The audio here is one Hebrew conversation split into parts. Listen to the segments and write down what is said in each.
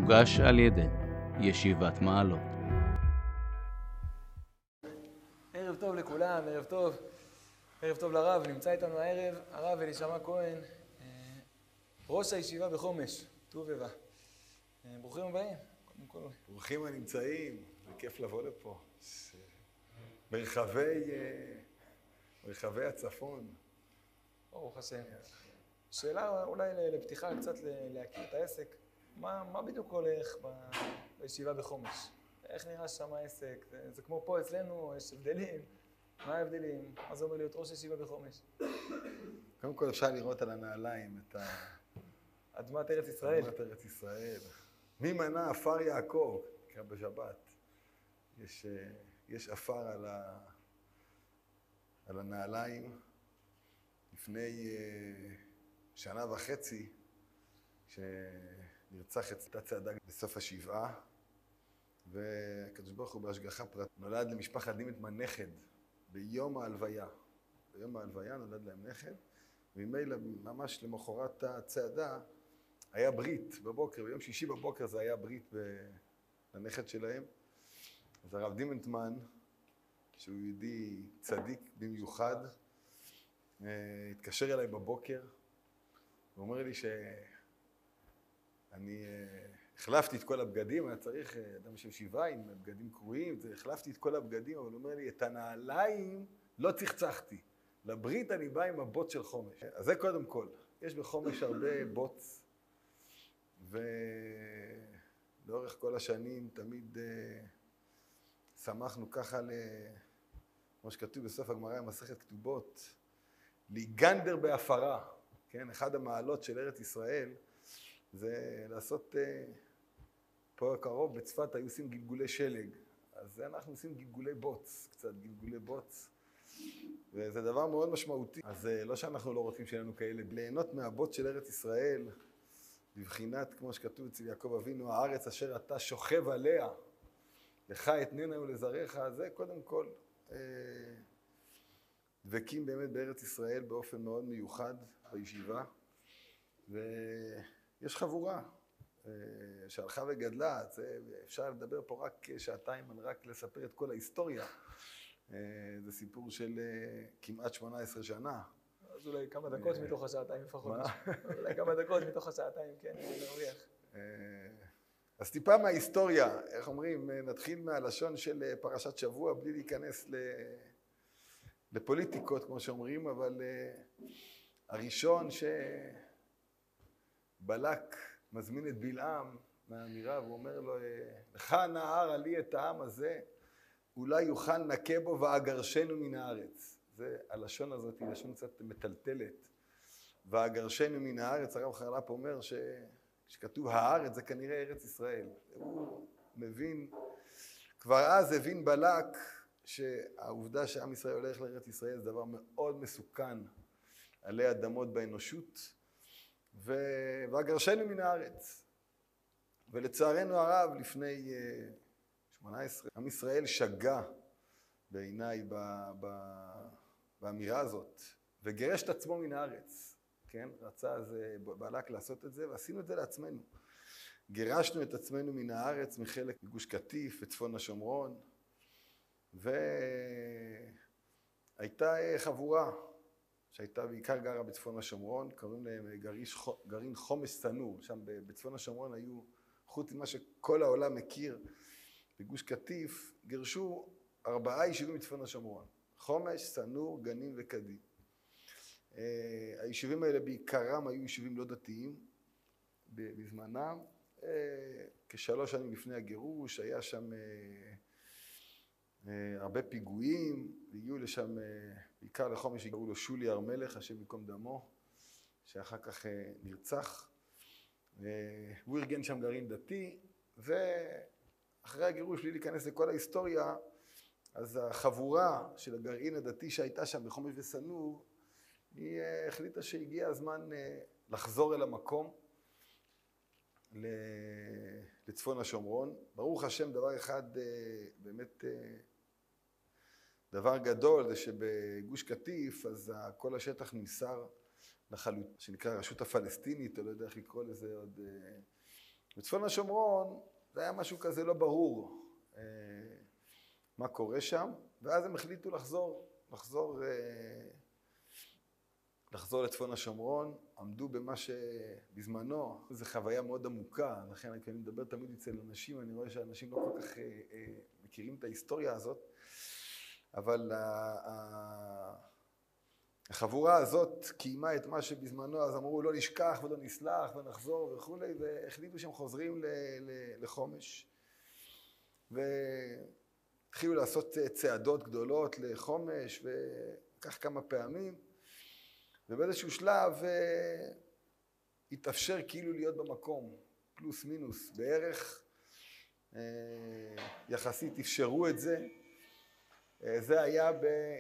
מוגש על ידי ישיבת מעלות. ערב טוב לכולם, ערב טוב. ערב טוב לרב, נמצא איתנו הערב הרב אלישמע כהן, ראש הישיבה בחומש, ט"ו. ברוכים הבאים. ברוכים הנמצאים, זה כיף לבוא לפה. מרחבי הצפון. ברוך השם. שאלה אולי לפתיחה קצת להכיר את העסק. מה בדיוק הולך בישיבה בחומש? איך נראה שם העסק? זה כמו פה אצלנו, יש הבדלים. מה ההבדלים? מה זה אומר להיות ראש ישיבה בחומש? קודם כל אפשר לראות על הנעליים את אדמת ארץ ישראל. אדמת ארץ ישראל. מי מנע עפר יעקב? קרא בשבת. יש עפר על הנעליים. לפני שנה וחצי, כשנרצח את הצעדה בסוף השבעה, והקדוש ברוך הוא בהשגחה פרטית נולד למשפחת דימנטמן נכד ביום ההלוויה. ביום ההלוויה נולד להם נכד, וממילא ממש למחרת הצעדה היה ברית בבוקר, ביום שישי בבוקר זה היה ברית לנכד שלהם. אז הרב דימנטמן, שהוא יהודי צדיק במיוחד, התקשר אליי בבוקר, ואומר לי שאני החלפתי את כל הבגדים, היה צריך אדם של שבעה עם בגדים קרועים, החלפתי את כל הבגדים, אבל הוא אומר לי, את הנעליים לא צחצחתי, לברית אני בא עם הבוץ של חומש. אז זה קודם כל, יש בחומש הרבה בוץ, ולאורך כל השנים תמיד שמחנו ככה, כמו שכתוב בסוף הגמרא במסכת כתובות, להיגנדר בהפרה, כן? אחד המעלות של ארץ ישראל זה לעשות, פה קרוב בצפת היו עושים גלגולי שלג, אז אנחנו עושים גלגולי בוץ, קצת גלגולי בוץ, וזה דבר מאוד משמעותי. אז לא שאנחנו לא רוצים שיהיה לנו כאלה, ליהנות מהבוץ של ארץ ישראל, בבחינת, כמו שכתוב אצל יעקב אבינו, הארץ אשר אתה שוכב עליה, לך אתננה ולזרעך, זה קודם כל דבקים באמת בארץ ישראל באופן מאוד מיוחד בישיבה, ויש חבורה שהלכה וגדלה, אפשר לדבר פה רק שעתיים, רק לספר את כל ההיסטוריה. זה סיפור של כמעט 18 שנה. אז אולי כמה דקות מתוך השעתיים לפחות. אולי כמה דקות מתוך השעתיים, כן, נוריח. אז טיפה מההיסטוריה, איך אומרים, נתחיל מהלשון של פרשת שבוע, בלי להיכנס לפוליטיקות, כמו שאומרים, אבל הראשון שבלק מזמין את בלעם מהאמירה, והוא אומר לו, לך נהר עלי את העם הזה, אולי יוכל נקה בו ואגרשנו מן הארץ. זה הלשון הזאת, היא לשון קצת מטלטלת. ואגרשנו מן הארץ, הרב חרל"פ אומר שכשכתוב הארץ זה כנראה ארץ ישראל. הוא מבין, כבר אז הבין בלק, שהעובדה שעם ישראל הולך לארץ ישראל זה דבר מאוד מסוכן עלי אדמות באנושות, והגרשנו מן הארץ. ולצערנו הרב, לפני 18, עם ישראל שגה בעיניי באמירה הזאת, וגירש את עצמו מן הארץ. כן? רצה אז בלק לעשות את זה, ועשינו את זה לעצמנו. גירשנו את עצמנו מן הארץ, מחלק מגוש קטיף וצפון השומרון, והייתה חבורה שהייתה בעיקר גרה בצפון השומרון, קוראים להם גרעין חומש סנור. שם בצפון השומרון היו, חוץ ממה שכל העולם מכיר, בגוש קטיף גרשו 4 יישובים מצפון השומרון, חומש, סנור, גנים וקדים. היישובים האלה בעיקרם היו יישובים לא דתיים בזמנם. כ3 שנים לפני הגירוש היה שם הרבה פיגועים, והגיעו לשם, בעיקר לחומש שקראו לו שולי הר מלך, השם ייקום דמו, שאחר כך נרצח. הוא ארגן שם גרעין דתי, ואחרי הגירוש, בלי להיכנס לכל ההיסטוריה, אז החבורה של הגרעין הדתי שהייתה שם בחומש וסנור, היא החליטה שהגיע הזמן לחזור אל המקום, לצפון השומרון. ברוך השם, דבר אחד באמת דבר גדול, זה שבגוש קטיף, אז כל השטח נמסר לחלוטין, שנקרא הרשות הפלסטינית, או לא יודע איך לקרוא לזה בצפון השומרון זה היה משהו כזה לא ברור מה קורה שם, ואז הם החליטו לחזור לצפון השומרון, עמדו במה שבזמנו, זו חוויה מאוד עמוקה, לכן אני מדבר תמיד אצל אנשים, אני רואה שאנשים לא כל כך מכירים את ההיסטוריה הזאת, אבל החבורה הזאת קיימה את מה שבזמנו, אז אמרו לא נשכח ולא נסלח ונחזור וכו', והחליטו שהם חוזרים לחומש. והתחילו לעשות צעדות גדולות לחומש, וכך כמה פעמים, ובאיזשהו שלב התאפשר כאילו להיות במקום, פלוס מינוס בערך, יחסית אפשרו את זה. זה היה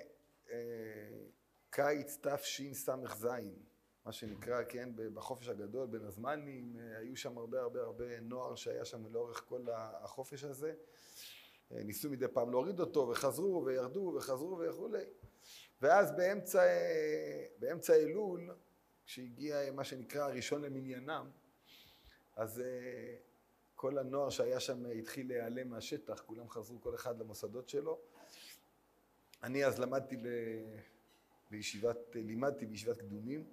בקיץ תשס"ז, מה שנקרא, כן, בחופש הגדול, בין הזמנים, היו שם הרבה נוער שהיה שם לאורך כל החופש הזה. ניסו מדי פעם להוריד אותו, וחזרו וירדו וחזרו וכו'. ואז באמצע אלול, כשהגיע מה שנקרא הראשון למניינם, אז כל הנוער שהיה שם התחיל להיעלם מהשטח, כולם חזרו כל אחד למוסדות שלו. אני אז לימדתי בישיבת קדומים,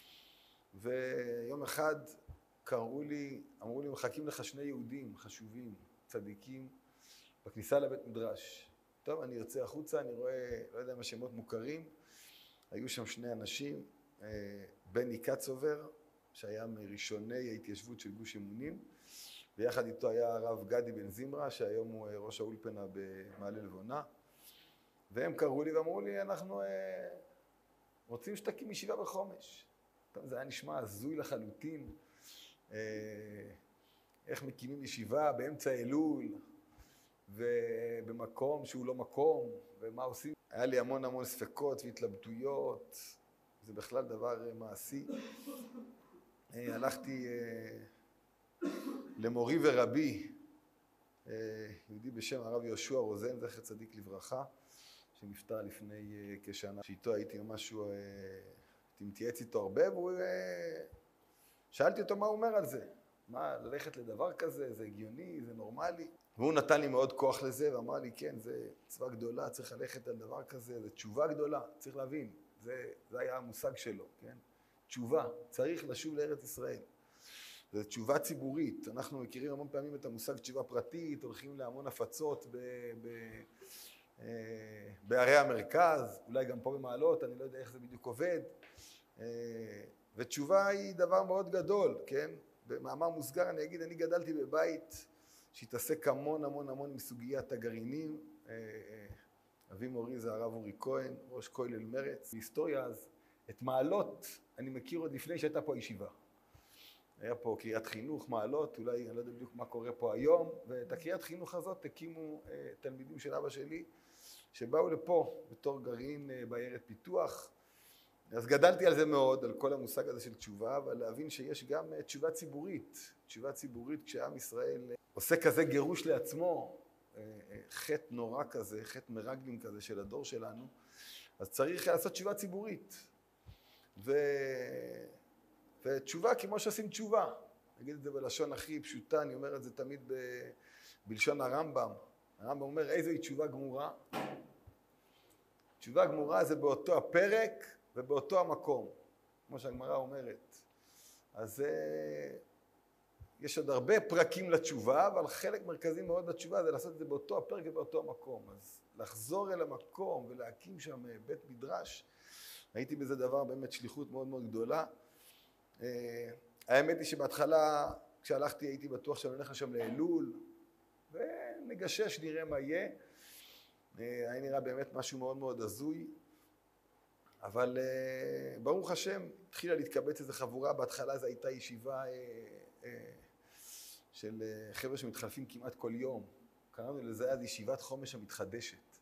ויום אחד אמרו לי, מחכים לך שני יהודים חשובים, צדיקים, בכניסה לבית מדרש. טוב, אני יוצא החוצה, אני רואה, לא יודע אם השמות מוכרים, היו שם שני אנשים, בני קצובר, שהיה מראשוני ההתיישבות של גוש אמונים, ויחד איתו היה הרב גדי בן זמרה, שהיום הוא ראש האולפנה במעלה לבונה, והם קראו לי ואמרו לי, אנחנו רוצים שתקים ישיבה בחומש. טוב, זה היה נשמע הזוי לחלוטין, איך מקימים ישיבה באמצע אלול, ובמקום שהוא לא מקום, ומה עושים. היה לי המון ספקות והתלבטויות, זה בכלל דבר מעשי. הלכתי למורי ורבי, יהודי בשם הרב יהושע רוזן, זכר צדיק לברכה, שנפטר לפני כשנה, שאיתו הייתי משהו, מתייעץ איתו הרבה, שאלתי אותו מה הוא אומר על זה. מה, ללכת לדבר כזה, זה הגיוני, זה נורמלי? והוא נתן לי מאוד כוח לזה, ואמר לי, כן, זה צבא גדולה, צריך ללכת על דבר כזה, זה תשובה גדולה, צריך להבין, זה היה המושג שלו, כן? תשובה, צריך לשוב לארץ ישראל. זו תשובה ציבורית, אנחנו מכירים המון פעמים את המושג תשובה פרטית, הולכים להמון הפצות בערי המרכז, אולי גם פה במעלות, אני לא יודע איך זה בדיוק עובד, ותשובה היא דבר מאוד גדול, כן? במאמר מוסגר אני אגיד, אני גדלתי בבית שהתעסק המון עם סוגיית הגרעינים. אבי מורי זה הרב אורי כהן, ראש כולל מרץ. בהיסטוריה אז, את מעלות אני מכיר עוד לפני שהייתה פה ישיבה. היה פה קריית חינוך, מעלות, אולי אני לא יודע בדיוק מה קורה פה היום, ואת הקריית חינוך הזאת הקימו תלמידים של אבא שלי, שבאו לפה בתור גרעין בעיירת פיתוח. אז גדלתי על זה מאוד, על כל המושג הזה של תשובה, אבל להבין שיש גם תשובה ציבורית. תשובה ציבורית כשעם ישראל עושה כזה גירוש לעצמו, חטא נורא כזה, חטא מרגלים כזה של הדור שלנו, אז צריך לעשות תשובה ציבורית. ותשובה כמו שעושים תשובה. אני אגיד את זה בלשון הכי פשוטה, אני אומר את זה תמיד בלשון הרמב"ם. הרמב"ם אומר, איזוהי תשובה גמורה? תשובה גמורה זה באותו הפרק ובאותו המקום, כמו שהגמרא אומרת. אז יש עוד הרבה פרקים לתשובה, אבל חלק מרכזי מאוד לתשובה זה לעשות את זה באותו הפרק ובאותו המקום. אז לחזור אל המקום ולהקים שם בית מדרש, הייתי בזה דבר באמת שליחות מאוד מאוד גדולה. האמת היא שבהתחלה כשהלכתי הייתי בטוח שאני הולך לשם לאלול, ונגשש נראה מה יהיה. היה נראה באמת משהו מאוד מאוד הזוי, אבל ברוך השם התחילה להתקבץ איזו חבורה. בהתחלה זו הייתה ישיבה של חבר'ה שמתחלפים כמעט כל יום. קראנו לזה אז ישיבת חומש המתחדשת,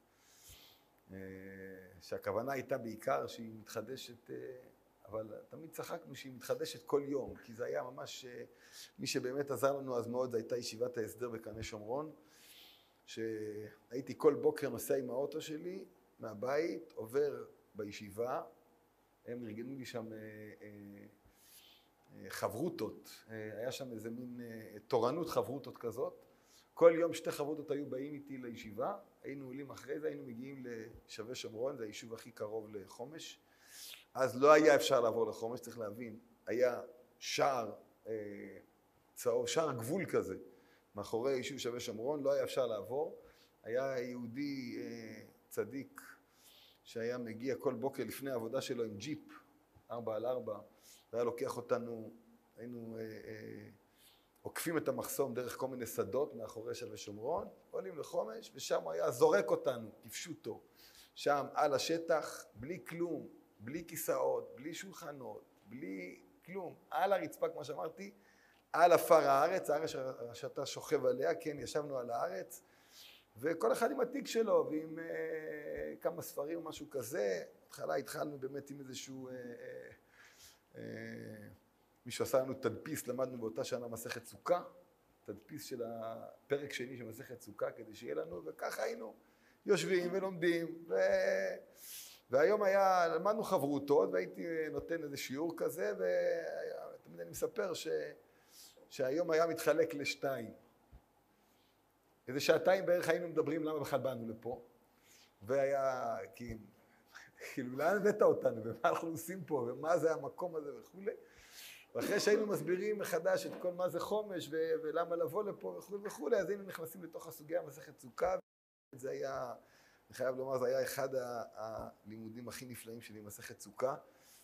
שהכוונה הייתה בעיקר שהיא מתחדשת, אבל תמיד צחקנו שהיא מתחדשת כל יום, כי זה היה ממש, מי שבאמת עזר לנו אז מאוד, זו הייתה ישיבת ההסדר בקרני שומרון, שהייתי כל בוקר נוסע עם האוטו שלי מהבית, עובר בישיבה, הם ארגנו לי שם חברותות, היה שם איזה מין תורנות חברותות כזאת. כל יום 2 חברותות היו באים איתי לישיבה, היינו עולים אחרי זה, היינו מגיעים לשבי שומרון, זה היישוב הכי קרוב לחומש. אז לא היה אפשר לעבור לחומש, צריך להבין, היה שער צהוב, שער גבול כזה, מאחורי יישוב שבי שומרון, לא היה אפשר לעבור. היה יהודי צדיק שהיה מגיע כל בוקר לפני העבודה שלו עם ג'יפ, 4x4, והיה לוקח אותנו, היינו עוקפים את המחסום דרך כל מיני שדות מאחורי שבי שומרון, עולים לחומש, ושם הוא היה זורק אותנו, כפשוטו, שם על השטח, בלי כלום, בלי כיסאות, בלי שולחנות, בלי כלום, על הרצפה, כמו שאמרתי, על עפר הארץ, הארץ שאתה שוכב עליה, כן, ישבנו על הארץ, וכל אחד עם התיק שלו, ועם כמה ספרים או משהו כזה. בהתחלה התחלנו באמת עם איזשהו, מישהו עשה לנו תדפיס, למדנו באותה שנה מסכת סוכה, תדפיס של הפרק שני של מסכת סוכה, כדי שיהיה לנו, וככה היינו יושבים ולומדים, והיום למדנו חברותות, והייתי נותן איזה שיעור כזה, ותמיד אני מספר שהיום היה מתחלק לשתיים. איזה 2 שעות בערך היינו מדברים למה בכלל באנו לפה, והיה, כאילו, לאן הבאת אותנו, ומה אנחנו עושים פה, ומה זה המקום הזה וכו'. ואחרי שהיינו מסבירים מחדש את כל מה זה חומש, ולמה לבוא לפה וכו' וכו', אז היינו נכנסים לתוך הסוגיה מסכת סוכה, זה היה, אני חייב לומר, זה היה אחד הלימודים הכי נפלאים שלי, מסכת סוכה.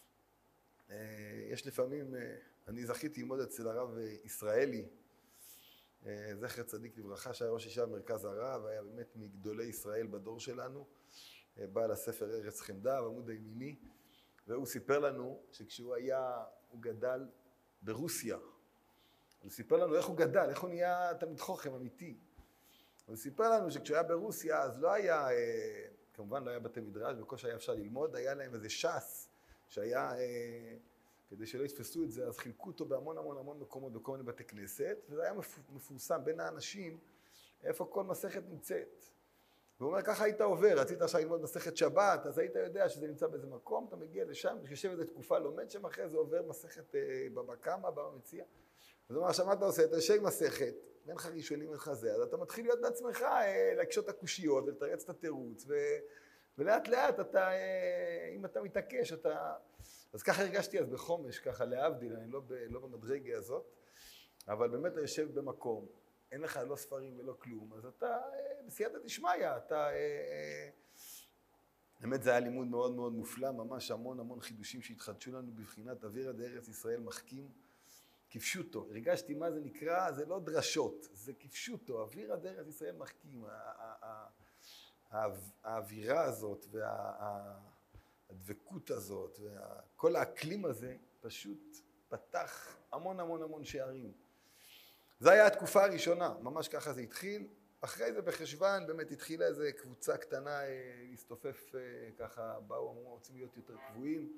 יש לפעמים, אני זכיתי ללמוד אצל הרב ישראלי, זכר צדיק לברכה, שהיה ראש ישיבה במרכז הרב, והיה באמת מגדולי ישראל בדור שלנו, בעל הספר ארץ חמדה, בעמוד הימיני, והוא סיפר לנו שכשהוא הוא גדל ברוסיה. הוא סיפר לנו איך הוא גדל, איך הוא נהיה תלמיד חוכם אמיתי. הוא סיפר לנו שכשהוא היה ברוסיה, אז לא היה, כמובן לא היה בתי מדרש, בקושי היה אפשר ללמוד, היה להם איזה ש"ס, שהיה, כדי שלא יתפסו את זה, אז חילקו אותו בהמון המון המון מקומות בכל מיני בתי כנסת, וזה היה מפורסם בין האנשים, איפה כל מסכת נמצאת. והוא אומר, ככה היית עובר, רצית עכשיו ללמוד מסכת שבת, אז היית יודע שזה נמצא באיזה מקום, אתה מגיע לשם, יושב איזו תקופה, לומד שם אחרי זה עובר מסכת בבא קמא, בבא מציעא. אז הוא אומר, עכשיו מה אתה עושה? אתה יושב עם מסכת, בין לך ראשונים בין לך זה, אז אתה מתחיל להיות בעצמך, להקשות את הקושיות ולתרץ את התירוץ, ולאט לאט אתה, אם אתה מתעקש, אתה... אז ככה הרגשתי אז בחומש, ככה להבדיל, אני לא במדרגה הזאת, אבל באמת אתה יושב במקום, אין לך לא ספרים ולא כלום, אז אתה בסייעתא דשמיא, אתה... באמת זה היה לימוד מאוד מאוד מופלא, ממש המון המון חידושים שהתחדשו לנו בבחינת אווירא דארץ ישראל מחכים כפשוטו. הרגשתי מה זה נקרא, זה לא דרשות, זה כפשוטו, אווירא דארץ ישראל מחכים. האווירה הזאת והדבקות הזאת וכל האקלים הזה פשוט פתח המון המון המון שערים. זו הייתה התקופה הראשונה, ממש ככה זה התחיל. אחרי זה בחשוון באמת התחילה איזו קבוצה קטנה להסתופף ככה, באו, אמרו, רוצים להיות יותר קבועים.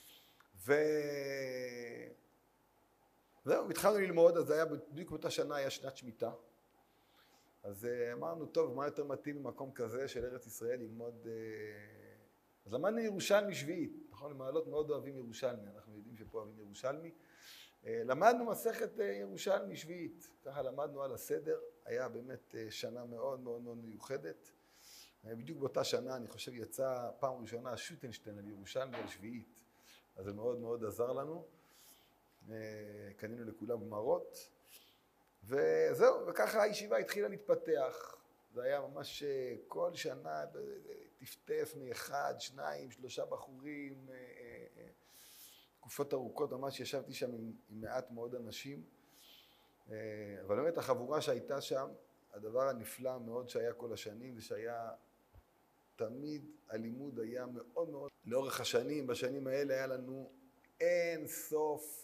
וזהו, התחלנו ללמוד, אז זה היה בדיוק באותה שנה, היה שנת שמיטה. אז אמרנו, טוב, מה יותר מתאים במקום כזה של ארץ ישראל ללמוד... אז למדנו ירושלמי שביעית, נכון? למעלות מאוד אוהבים ירושלמי, אנחנו יודעים שפה אוהבים ירושלמי. למדנו מסכת ירושלמי שביעית, ככה למדנו על הסדר, היה באמת שנה מאוד מאוד מאוד מיוחדת. בדיוק באותה שנה, אני חושב, יצא פעם ראשונה שוטנשטיין על ירושלמי על שביעית, אז זה מאוד מאוד עזר לנו. קנינו לכולם גמרות, וזהו, וככה הישיבה התחילה להתפתח. זה היה ממש כל שנה, טפטף מאחד, 2, 3 בחורים, תקופות ארוכות, ממש ישבתי שם עם מעט מאוד אנשים, אבל באמת החבורה שהייתה שם, הדבר הנפלא מאוד שהיה כל השנים, זה שהיה תמיד, הלימוד היה מאוד מאוד, לאורך השנים, בשנים האלה היה לנו אין סוף,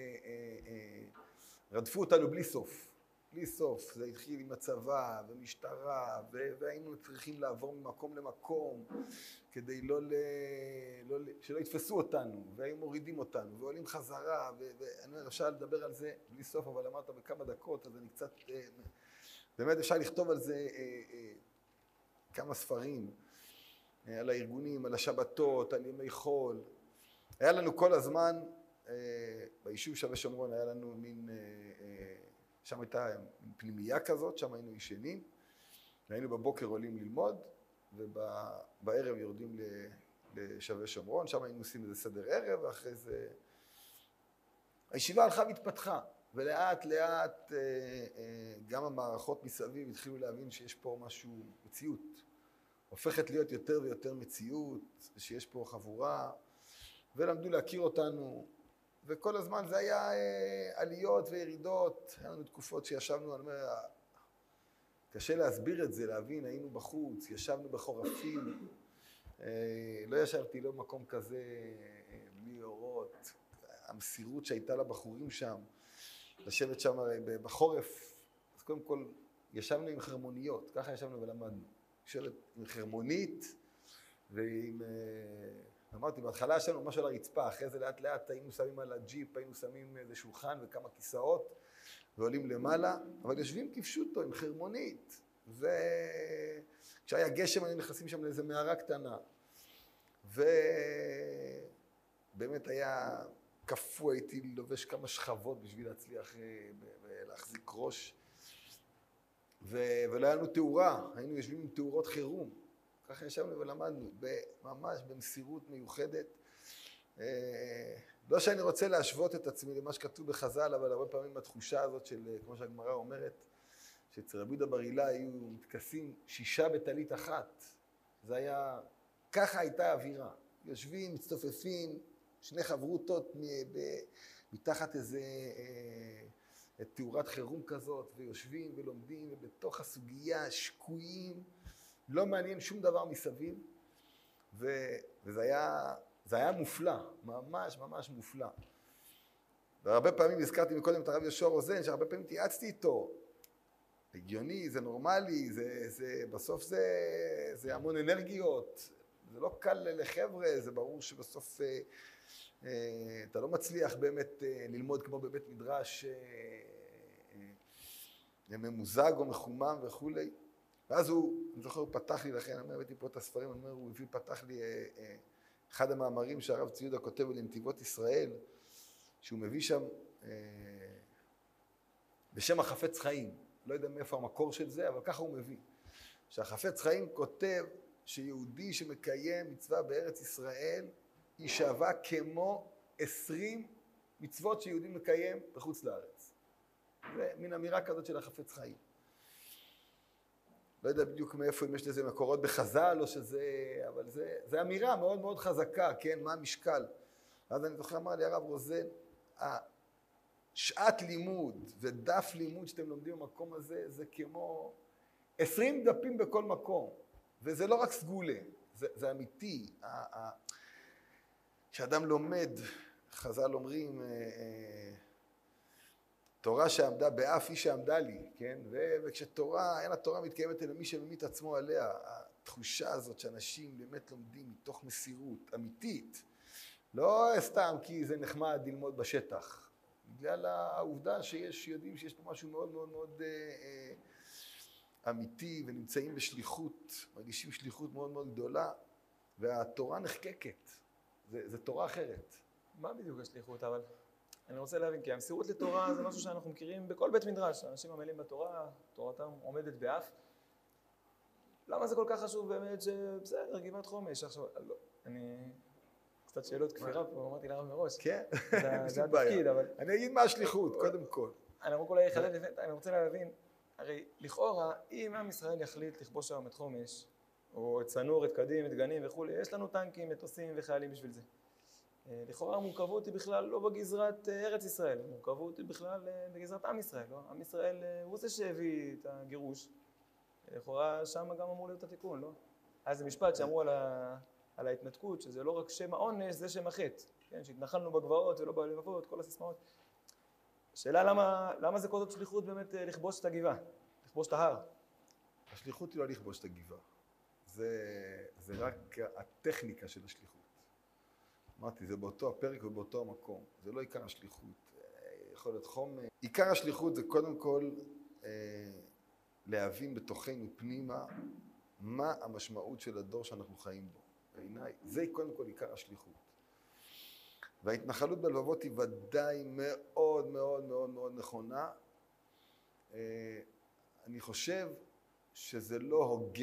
רדפו אותנו בלי סוף, בלי סוף, זה התחיל עם הצבא ומשטרה, והיינו צריכים לעבור ממקום למקום, כדי שלא יתפסו אותנו, והיו מורידים אותנו, ועולים חזרה, ואני אפשר לדבר על זה בלי סוף, אבל אמרת בכמה דקות, אז אני קצת, באמת אפשר לכתוב על זה כמה ספרים, על הארגונים, על השבתות, על ימי חול. היה לנו כל הזמן ביישוב שווה שומרון היה לנו מין, שם הייתה פנימייה כזאת, שם היינו ישנים, והיינו בבוקר עולים ללמוד, ובערב יורדים לשווה שומרון, שם היינו עושים איזה סדר ערב, ואחרי זה הישיבה הלכה והתפתחה, ולאט לאט גם המערכות מסביב התחילו להבין שיש פה משהו, מציאות, הופכת להיות יותר ויותר מציאות, שיש פה חבורה, ולמדו להכיר אותנו, וכל הזמן זה היה עליות וירידות, היה לנו תקופות שישבנו, אני אומר, קשה להסביר את זה, להבין, היינו בחוץ, ישבנו בחורפים, לא ישבתי לא במקום כזה, בלי אורות, המסירות שהייתה לבחורים שם, לשבת שם בחורף, אז קודם כל ישבנו עם חרמוניות, ככה ישבנו ולמדנו, יושבת עם חרמונית ועם, אמרתי, בהתחלה ישבנו משהו על הרצפה, אחרי זה לאט לאט היינו שמים על הג'יפ, היינו שמים איזה שולחן וכמה כיסאות ועולים למעלה, אבל יושבים כפשוטו עם חרמונית, וכשהיה גשם היינו נכנסים שם לאיזה מערה קטנה, ובאמת היה קפוא, הייתי לובש כמה שכבות בשביל להצליח ולהחזיק ראש, ולא היה לנו תאורה, היינו יושבים עם תאורות חירום, ככה ישבנו ולמדנו, ממש במסירות מיוחדת. לא שאני רוצה להשוות את עצמי למה שכתוב בחז"ל, אבל הרבה פעמים התחושה הזאת של, כמו שהגמרא אומרת, שאצל רבי יהודה בר אילאי היו מתכסים 6 בטלית אחת. זה היה, ככה הייתה האווירה. יושבים, מצטופפים, 2 חברותות מתחת איזה תאורת חירום כזאת, ויושבים ולומדים, ובתוך הסוגיה שקועים, לא מעניין שום דבר מסביב, וזה היה מופלא, ממש ממש מופלא. והרבה פעמים הזכרתי מקודם את הרב יהושע רוזן, שהרבה פעמים התייעצתי איתו, הגיוני, זה נורמלי, בסוף זה המון אנרגיות, זה לא קל לחבר'ה, זה ברור שבסוף אתה לא מצליח באמת ללמוד כמו בבית מדרש ממוזג או מחומם וכולי. ואז אני זוכר, הוא פתח לי, לכן, אני הבאתי פה את הספרים, הוא פתח לי אחד המאמרים שהרב צבי יהודה כותב לנתיבות ישראל, שהוא מביא שם בשם החפץ חיים. לא יודע מאיפה המקור של זה, אבל ככה הוא מביא. שהחפץ חיים כותב שיהודי שמקיים מצווה בארץ ישראל, היא שווה כמו 20 מצוות שיהודי מקיים בחוץ לארץ. זה מין אמירה כזאת של החפץ חיים. לא יודע בדיוק מאיפה, אם יש לזה מקורות בחז"ל או שזה, אבל זה אמירה מאוד מאוד חזקה, כן? מה המשקל? אז אני זוכר, אמר לי הרב רוזן, שעת לימוד ודף לימוד שאתם לומדים במקום הזה, זה כמו 20 דפים בכל מקום. וזה לא רק סגולה, זה אמיתי. כשאדם לומד, חז"ל אומרים, תורה שעמדה באף היא שעמדה לי, כן? וכשתורה, אין התורה מתקיימת אלא מי שממית עצמו עליה. התחושה הזאת שאנשים באמת לומדים מתוך מסירות אמיתית, לא סתם כי זה נחמד ללמוד בשטח, בגלל העובדה יודעים שיש פה משהו מאוד מאוד מאוד אמיתי, ונמצאים בשליחות, מרגישים שליחות מאוד מאוד גדולה, והתורה נחקקת, זה תורה אחרת. מה בדיוק השליחות, אבל אני רוצה להבין, כי המסירות לתורה זה משהו שאנחנו מכירים בכל בית מדרש, אנשים עמלים בתורה, תורתם עומדת באף. למה זה כל כך חשוב באמת שבסדר, גבעת חומש, עכשיו, לא, אני קצת שאלות כפירה פה, אמרתי לרב מראש. כן, זה התפקיד, אבל אני אגיד מה השליחות, קודם כל. אני רק אולי אחדד, אני רוצה להבין, הרי לכאורה, אם עם ישראל יחליט לכבוש היום את חומש, או את צנור, את קדים, את גנים וכולי, יש לנו טנקים, מטוסים וחיילים בשביל זה. לכאורה המורכבות היא בכלל לא בגזרת ארץ ישראל, המורכבות היא בכלל בגזרת עם ישראל, לא? עם ישראל הוא זה שהביא את הגירוש, לכאורה שם גם אמור להיות התיקון, לא? אז זה משפט שאמרו על ההתנתקות, שזה לא רק שם העונש, זה שם החטא, כן? שהתנחלנו בגבעות ולא בלבבות, כל הסיסמאות. השאלה למה זה כזאת שליחות באמת לכבוש את הגבעה, לכבוש את ההר? השליחות היא לא לכבוש את הגבעה, זה רק הטכניקה של השליחות. אמרתי, זה באותו הפרק ובאותו המקום, זה לא עיקר השליחות, יכול להיות חום. עיקר השליחות זה קודם כל להבין בתוכנו פנימה מה המשמעות של הדור שאנחנו חיים בו. בעיניי, זה קודם כל עיקר השליחות. וההתנחלות בלבבות היא ודאי מאוד מאוד מאוד מאוד נכונה. אני חושב שזה לא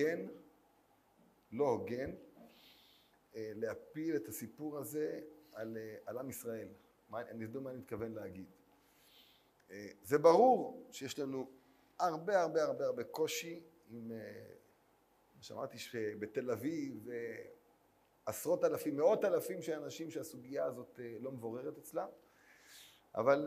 הוגן להפיל את הסיפור הזה על עם ישראל. אני יודע מה אני מתכוון להגיד. זה ברור שיש לנו הרבה קושי עם, שמעתי שבתל אביב עשרות אלפים, מאות אלפים של אנשים שהסוגיה הזאת לא מבוררת אצלם, אבל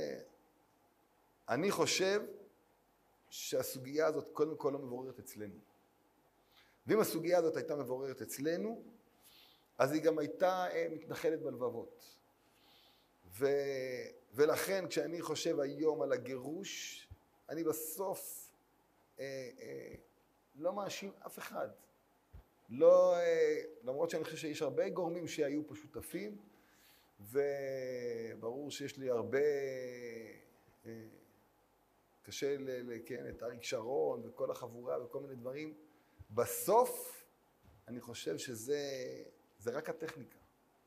אני חושב שהסוגיה הזאת קודם כל לא מבוררת אצלנו. ואם הסוגיה הזאת הייתה מבוררת אצלנו, אז היא גם הייתה מתנחלת בלבבות. ולכן כשאני חושב היום על הגירוש, אני בסוף לא מאשים אף אחד. לא, למרות שאני חושב שיש הרבה גורמים שהיו פה שותפים, וברור שיש לי הרבה, קשה כן, את אריק שרון וכל החבורה וכל מיני דברים. בסוף אני חושב שזה רק הטכניקה.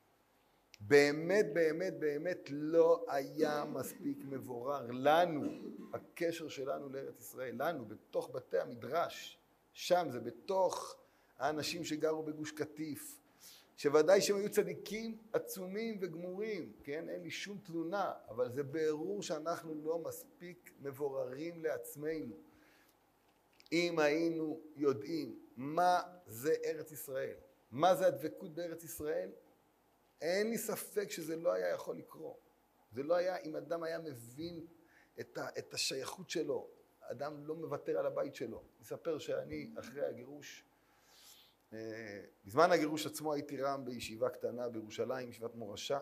באמת לא היה מספיק מבורר לנו, הקשר שלנו לארץ ישראל, לנו בתוך בתי המדרש, שם זה בתוך האנשים שגרו בגוש קטיף, שוודאי שהם היו צדיקים עצומים וגמורים, כן? אין לי שום תלונה, אבל זה ברור שאנחנו לא מספיק מבוררים לעצמנו. אם היינו יודעים מה זה ארץ ישראל, מה זה הדבקות בארץ ישראל, אין לי ספק שזה לא היה יכול לקרות. זה לא היה, אם אדם היה מבין את השייכות שלו, אדם לא מוותר על הבית שלו. אני אספר שאני אחרי הגירוש, בזמן הגירוש עצמו הייתי רם בישיבה קטנה בירושלים, ישיבת מורשה.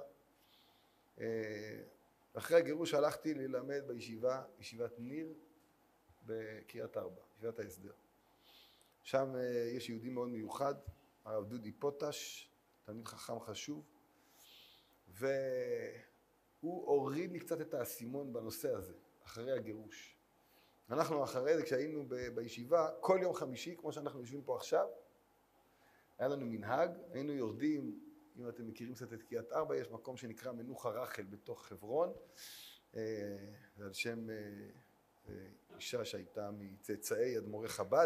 אחרי הגירוש הלכתי ללמד בישיבה, ישיבת ניר בקריית ארבע, ישיבת ההסדר. שם יש יהודי מאוד מיוחד, הרב דודי פוטש, תלמיד חכם חשוב, והוא הוריד לי קצת את האסימון בנושא הזה, אחרי הגירוש. אנחנו אחרי זה, כשהיינו בישיבה, כל יום חמישי, כמו שאנחנו יושבים פה עכשיו, היה לנו מנהג, היינו יורדים, אם אתם מכירים קצת את קריית ארבע, יש מקום שנקרא מנוחה רחל בתוך חברון, זה על שם אישה שהייתה מצאצאי אדמו"רי חב"ד,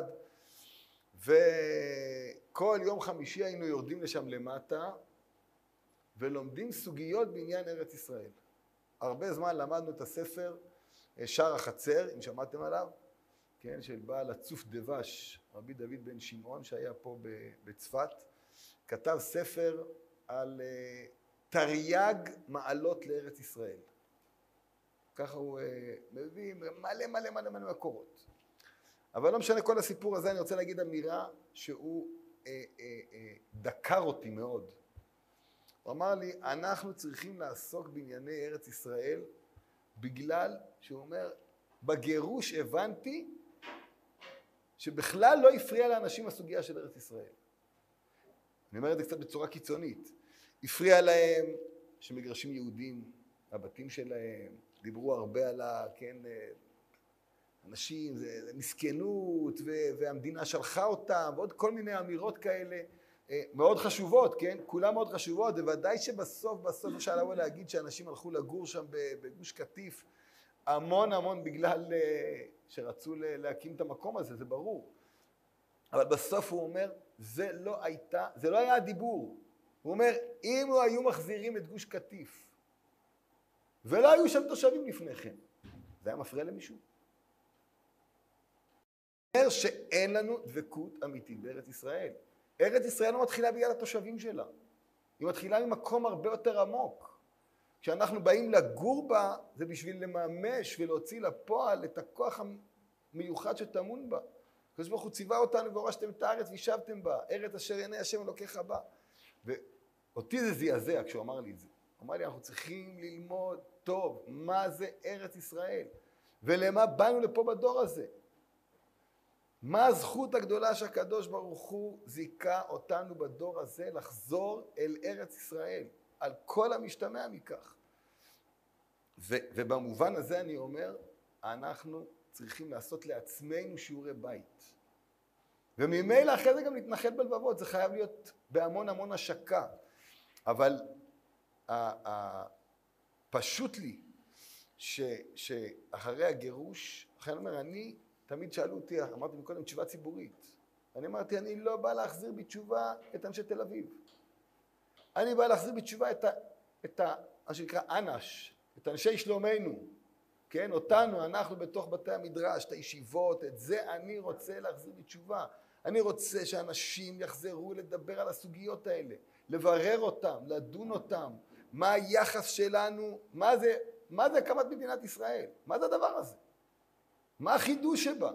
וכל יום חמישי היינו יורדים לשם למטה, ולומדים סוגיות בעניין ארץ ישראל. הרבה זמן למדנו את הספר שער החצר, אם שמעתם עליו, כן, של בעל הצוף דבש, רבי דוד בן שמעון, שהיה פה בצפת, כתב ספר על תרי"ג מעלות לארץ ישראל. ככה הוא מביא מלא מקורות. אבל לא משנה כל הסיפור הזה, אני רוצה להגיד אמירה שהוא דקר אותי מאוד. הוא אמר לי, אנחנו צריכים לעסוק בענייני ארץ ישראל, בגלל שהוא אומר, בגירוש הבנתי שבכלל לא הפריע לאנשים הסוגיה של ארץ ישראל. אני אומר את זה קצת בצורה קיצונית. הפריע להם שמגרשים יהודים, הבתים שלהם, דיברו הרבה על כן, אנשים, זה מסכנות, והמדינה שלחה אותם, ועוד כל מיני אמירות כאלה, מאוד חשובות, כן? כולם מאוד חשובות, וודאי שבסוף אפשר לבוא להגיד שאנשים הלכו לגור שם בגוש קטיף, המון בגלל שרצו להקים את המקום הזה, זה ברור. אבל בסוף הוא אומר, זה לא היה הדיבור. הוא אומר, אם לא היו מחזירים את גוש קטיף, ולא היו שם תושבים לפני כן, זה היה מפריע למישהו? אומר שאין לנו דבקות אמיתית בארץ ישראל. ארץ ישראל לא מתחילה בגלל התושבים שלה. היא מתחילה ממקום הרבה יותר עמוק. כשאנחנו באים לגור בה, זה בשביל לממש ולהוציא לפועל את הכוח המיוחד שטמון בה. הקדוש ברוך הוא ציווה אותנו והורשתם את הארץ וישבתם בה, ארץ אשר עיני השם אלוקיך בה. ואותי זה זעזע כשהוא אמר לי את זה. הוא אמר לי, אנחנו צריכים ללמוד טוב מה זה ארץ ישראל, ולמה באנו לפה בדור הזה. מה הזכות הגדולה שהקדוש ברוך הוא זיכה אותנו בדור הזה לחזור אל ארץ ישראל, על כל המשתמע מכך. ובמובן הזה אני אומר, אנחנו צריכים לעשות לעצמנו שיעורי בית. וממילא אחרי זה גם להתנחל בלבבות, זה חייב להיות בהמון השקה. אבל פשוט לי שאחרי הגירוש, אחרי אני אומר, אני, תמיד שאלו אותי, אמרתי מקודם, תשובה ציבורית. אני אמרתי, אני לא בא להחזיר בתשובה את אנשי תל אביב. אני בא להחזיר בתשובה את מה שנקרא אנש, את אנשי שלומנו, כן? אותנו, אנחנו בתוך בתי המדרש, את הישיבות, את זה אני רוצה להחזיר בתשובה. אני רוצה שאנשים יחזרו לדבר על הסוגיות האלה, לברר אותם, לדון אותם, מה היחס שלנו, מה זה הקמת מדינת ישראל? מה זה הדבר הזה? מה החידוש שבה?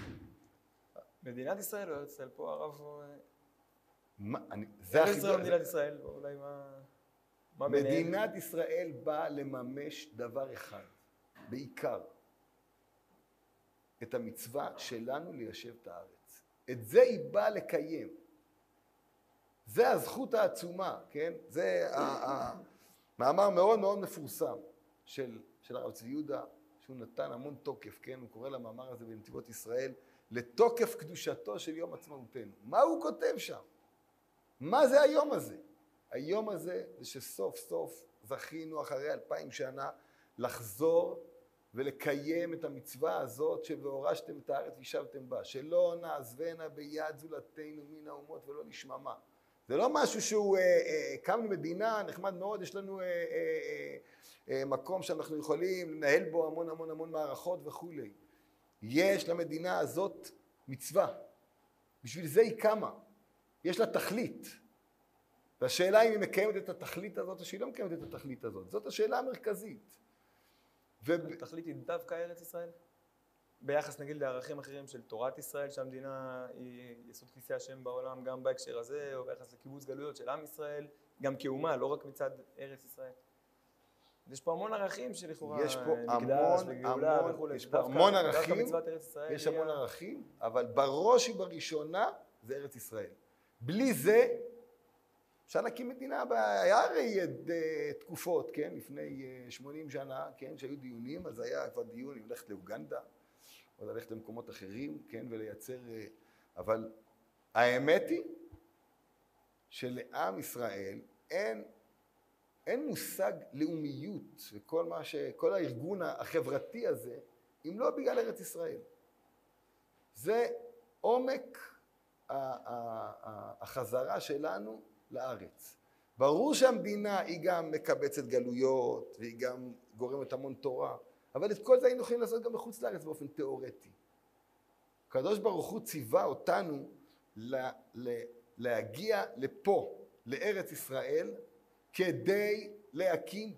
מדינת ישראל או ארץ ישראל? פה הרב... זה ארץ ישראל או מדינת ישראל? אולי מה ביניהם? מדינת ישראל באה לממש דבר אחד, בעיקר, את המצווה שלנו ליישב את הארץ. את זה היא באה לקיים. זה הזכות העצומה, כן? זה מאמר מאוד מאוד מפורסם של הרב צבי יהודה, שהוא נתן המון תוקף, כן? הוא קורא למאמר הזה בנתיבות ישראל, לתוקף קדושתו של יום עצמאותנו. מה הוא כותב שם? מה זה היום הזה? היום הזה זה שסוף סוף זכינו אחרי 2000 שנה לחזור ולקיים את המצווה הזאת שהורשתם את הארץ וישבתם בה, שלא נעזבנה ביד זולתנו מן האומות ולא לשממה. זה לא משהו שהוא, קמנו מדינה, נחמד מאוד, יש לנו מקום שאנחנו יכולים לנהל בו המון המון המון מערכות וכו'. יש למדינה הזאת מצווה. בשביל זה היא קמה. יש לה תכלית. והשאלה אם היא מקיימת את התכלית הזאת או שהיא לא מקיימת את התכלית הזאת. זאת השאלה המרכזית. התכלית היא דווקא ארץ ישראל? ביחס נגיד לערכים אחרים של תורת ישראל, שהמדינה היא יסוד כיסא השם בעולם, גם בהקשר הזה, או ביחס לקיבוץ גלויות של עם ישראל, גם כאומה, לא רק מצד ארץ ישראל. יש פה המון ערכים שלכאורה מקדש וגאולה וכו'. יש פה המון ערכים, יש המון ערכים, אבל בראש ובראשונה זה ארץ ישראל. בלי זה אפשר להקים מדינה, היה הרי תקופות, כן, לפני 80 שנה, כן, שהיו דיונים, אז היה כבר דיון אם ללכת לאוגנדה, או ללכת למקומות אחרים, כן, ולייצר, אבל האמת היא שלעם ישראל אין מושג לאומיות וכל מה כל הארגון החברתי הזה, אם לא בגלל ארץ ישראל. זה עומק החזרה שלנו לארץ. ברור שהמדינה היא גם מקבצת גלויות, והיא גם גורמת המון תורה, אבל את כל זה היינו יכולים לעשות גם בחוץ לארץ באופן תיאורטי. הקדוש ברוך הוא ציווה אותנו להגיע לפה, לארץ ישראל, כדי להקים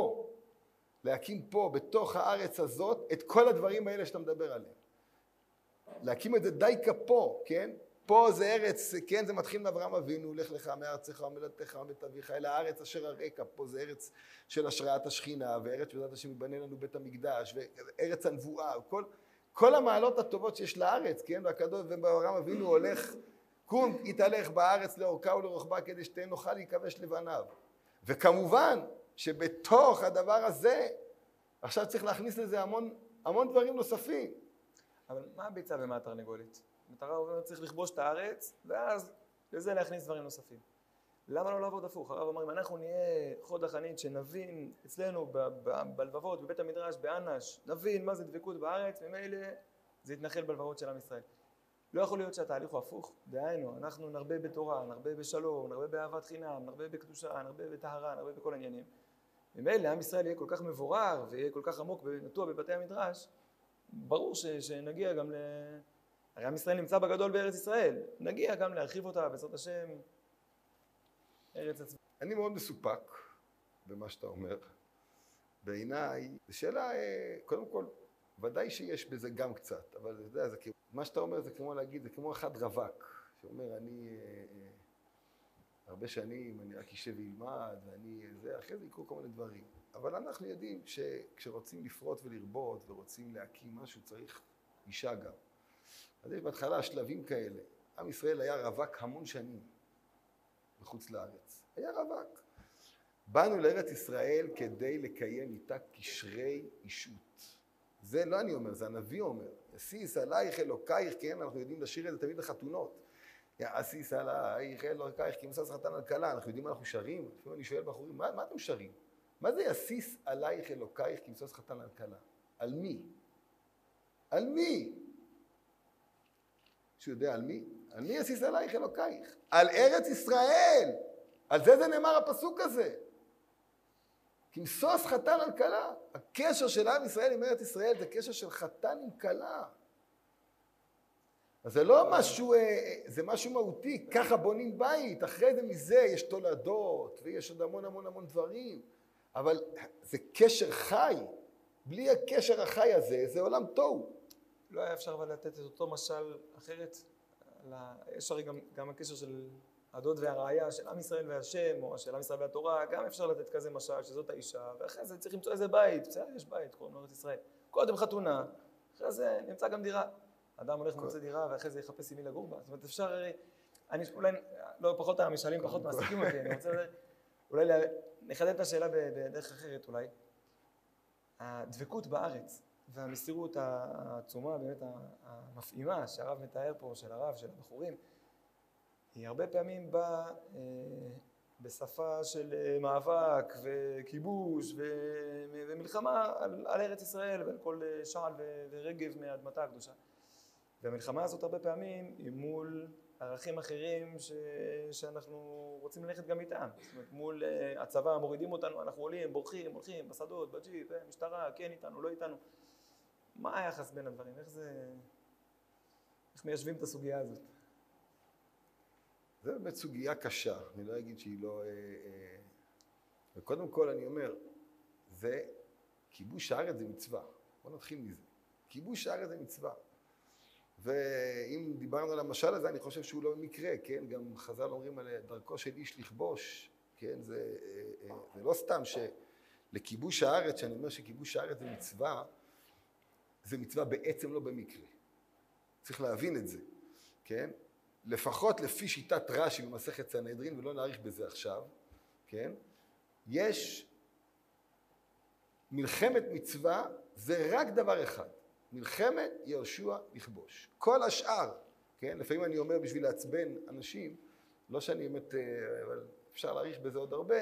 פה, בתוך הארץ הזאת, את כל הדברים האלה שאתה מדבר עליהם. להקים את זה דייקה פה, כן? פה זה ארץ, כן, זה מתחיל מאברהם אבינו, לך לך מארצך וממולדתך ומבית אביך, אל הארץ אשר אראך, פה זה ארץ של השראת השכינה, וארץ שבעזרת השם יבנה לנו בית המקדש, וארץ הנבואה, כל המעלות הטובות שיש לארץ, כן? והקדוש ואברהם אבינו הולך, קום יתהלך בארץ לאורכה ולרוחבה, כדי שתהיה נוכל להיכבש לבניו. וכמובן שבתוך הדבר הזה, עכשיו צריך להכניס לזה המון דברים נוספים. אבל מה הביצה ומה התרנגולת? המטרה אומרת צריך לכבוש את הארץ, ואז לזה להכניס דברים נוספים. למה לא לעבוד הפוך? הרב אמר, אם אנחנו נהיה חוד החנית שנבין אצלנו בלבבות, בבית המדרש, באנש, נבין מה זה דבקות בארץ, ממילא זה יתנחל בלבבות של עם ישראל. לא יכול להיות שהתהליך הוא הפוך, דהיינו, אנחנו נרבה בתורה, נרבה בשלום, נרבה באהבת חינם, נרבה בקדושה, נרבה בטהרה, נרבה בכל העניינים. ממילא עם ישראל יהיה כל כך מבורר ויהיה כל כך עמוק ונטוע בבתי המדרש, ברור שנגיע גם הרי עם ישראל נמצא בגדול בארץ ישראל, נגיע גם להרחיב אותה בעזרת השם, ארץ עצמה. אני מאוד מסופק במה שאתה אומר. בעיניי, זו שאלה, קודם כל, ודאי שיש בזה גם קצת, אבל אתה יודע, מה שאתה אומר זה כמו להגיד, זה כמו אחד רווק, שאומר, אני הרבה שנים, אני רק יישב וילמד, ואני זה, אחרי זה יקרו כל מיני דברים. אבל אנחנו יודעים שכשרוצים לפרוט ולרבות ורוצים להקים משהו, צריך אישה גם. אז יש בהתחלה שלבים כאלה. עם ישראל היה רווק המון שנים בחוץ לארץ. היה רווק. באנו לארץ ישראל כדי לקיים איתה קשרי אישות. זה לא אני אומר, זה הנביא אומר. יסיס עלייך אלוקייך, כן, אנחנו יודעים לשיר את זה תמיד לחתונות. יעשיס עלייך אלוקייך כי מסס חתן על כלה. אנחנו יודעים מה אנחנו שרים? לפעמים אני שואל בחורים, מה אתם שרים? מה זה יעשיס עלייך אלוקייך כי מסס חתן על כלה? על מי? על מי? מישהו יודע על מי? על מי יעשיס עלייך אלוקייך? על ארץ ישראל! על זה נאמר הפסוק הזה. כי מסוס חתן על כלה. הקשר של עם ישראל עם ארץ ישראל זה קשר של חתן עם כלה. אז זה לא משהו, זה משהו מהותי, ככה בונים בית, אחרי זה מזה יש תולדות ויש עוד המון דברים, אבל זה קשר חי, בלי הקשר החי הזה זה עולם תוהו. לא היה אפשר אבל לתת את אותו משל אחרת, יש הרי גם הקשר של הדוד והראיה של עם ישראל והשם, או של עם ישראל והתורה, גם אפשר לתת כזה משל שזאת האישה, ואחרי זה צריך למצוא איזה בית, בסדר, יש בית, קוראים לו ארץ ישראל, קודם חתונה, אחרי זה נמצא גם דירה. אדם הולך מוצא דירה ואחרי זה יחפש עם מי לגור בה. זאת אומרת, אפשר, אני אולי, לא פחות המשלים, פחות מעסיקים אותי, אני רוצה אולי נחדד את השאלה בדרך אחרת אולי. הדבקות בארץ והמסירות העצומה, באמת המפעימה שהרב מתאר פה, של הרב, של הבחורים, היא הרבה פעמים באה בשפה של מאבק וכיבוש ומלחמה על ארץ ישראל ועל כל שעל ורגב מאדמתה הקדושה. והמלחמה הזאת הרבה פעמים היא מול ערכים אחרים שאנחנו רוצים ללכת גם איתם. זאת אומרת, מול הצבא מורידים אותנו, אנחנו עולים, בורחים, הולכים בשדות, בג'יפ, משטרה, כן איתנו, לא איתנו. מה היחס בין הדברים? איך מיישבים את הסוגיה הזאת? זה באמת סוגיה קשה, אני לא אגיד שהיא לא... וקודם כל אני אומר, זה כיבוש הארץ זה מצווה. בוא נתחיל מזה. כיבוש הארץ זה מצווה. ואם דיברנו על המשל הזה, אני חושב שהוא לא במקרה, כן? גם חז"ל אומרים על דרכו של איש לכבוש, כן? זה לא סתם שלכיבוש הארץ, שאני אומר שכיבוש הארץ זה מצווה בעצם לא במקרה. צריך להבין את זה, כן? לפחות לפי שיטת רש"י במסכת סנהדרין, ולא נאריך בזה עכשיו, כן? יש מלחמת מצווה, זה רק דבר אחד. מלחמת יהושע לכבוש. כל השאר, כן? לפעמים אני אומר בשביל לעצבן אנשים, לא שאני באמת, אבל אפשר להאריך בזה עוד הרבה,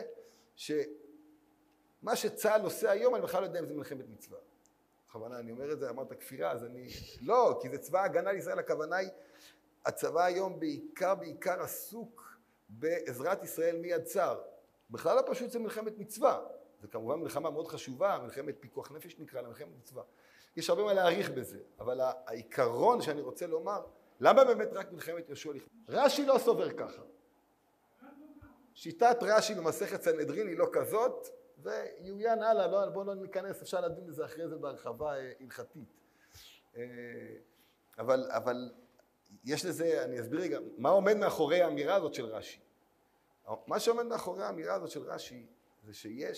שמה שצה"ל עושה היום, אני בכלל לא יודע אם זה מלחמת מצווה. בכוונה אני אומר את זה, אמרת כפירה, אז אני... לא, כי זה צבא הגנה לישראל, הכוונה היא, הצבא היום בעיקר עסוק בעזרת ישראל מיד צר. בכלל לא פשוט זה מלחמת מצווה. זה כמובן מלחמה מאוד חשובה, מלחמת פיקוח נפש נקרא לה, מלחמת מצווה. יש הרבה מה להעריך בזה, אבל העיקרון שאני רוצה לומר, למה באמת רק מלחמת יהושע לכבוש? רש"י לא סובר ככה. שיטת רש"י במסכת סנהדרין היא לא כזאת, ויעוין הלאה, בואו לא ניכנס, אפשר לדון בזה אחרי זה בהרחבה הלכתית. אבל יש לזה, אני אסביר רגע, מה עומד מאחורי האמירה הזאת של רש"י? מה שעומד מאחורי האמירה הזאת של רש"י, זה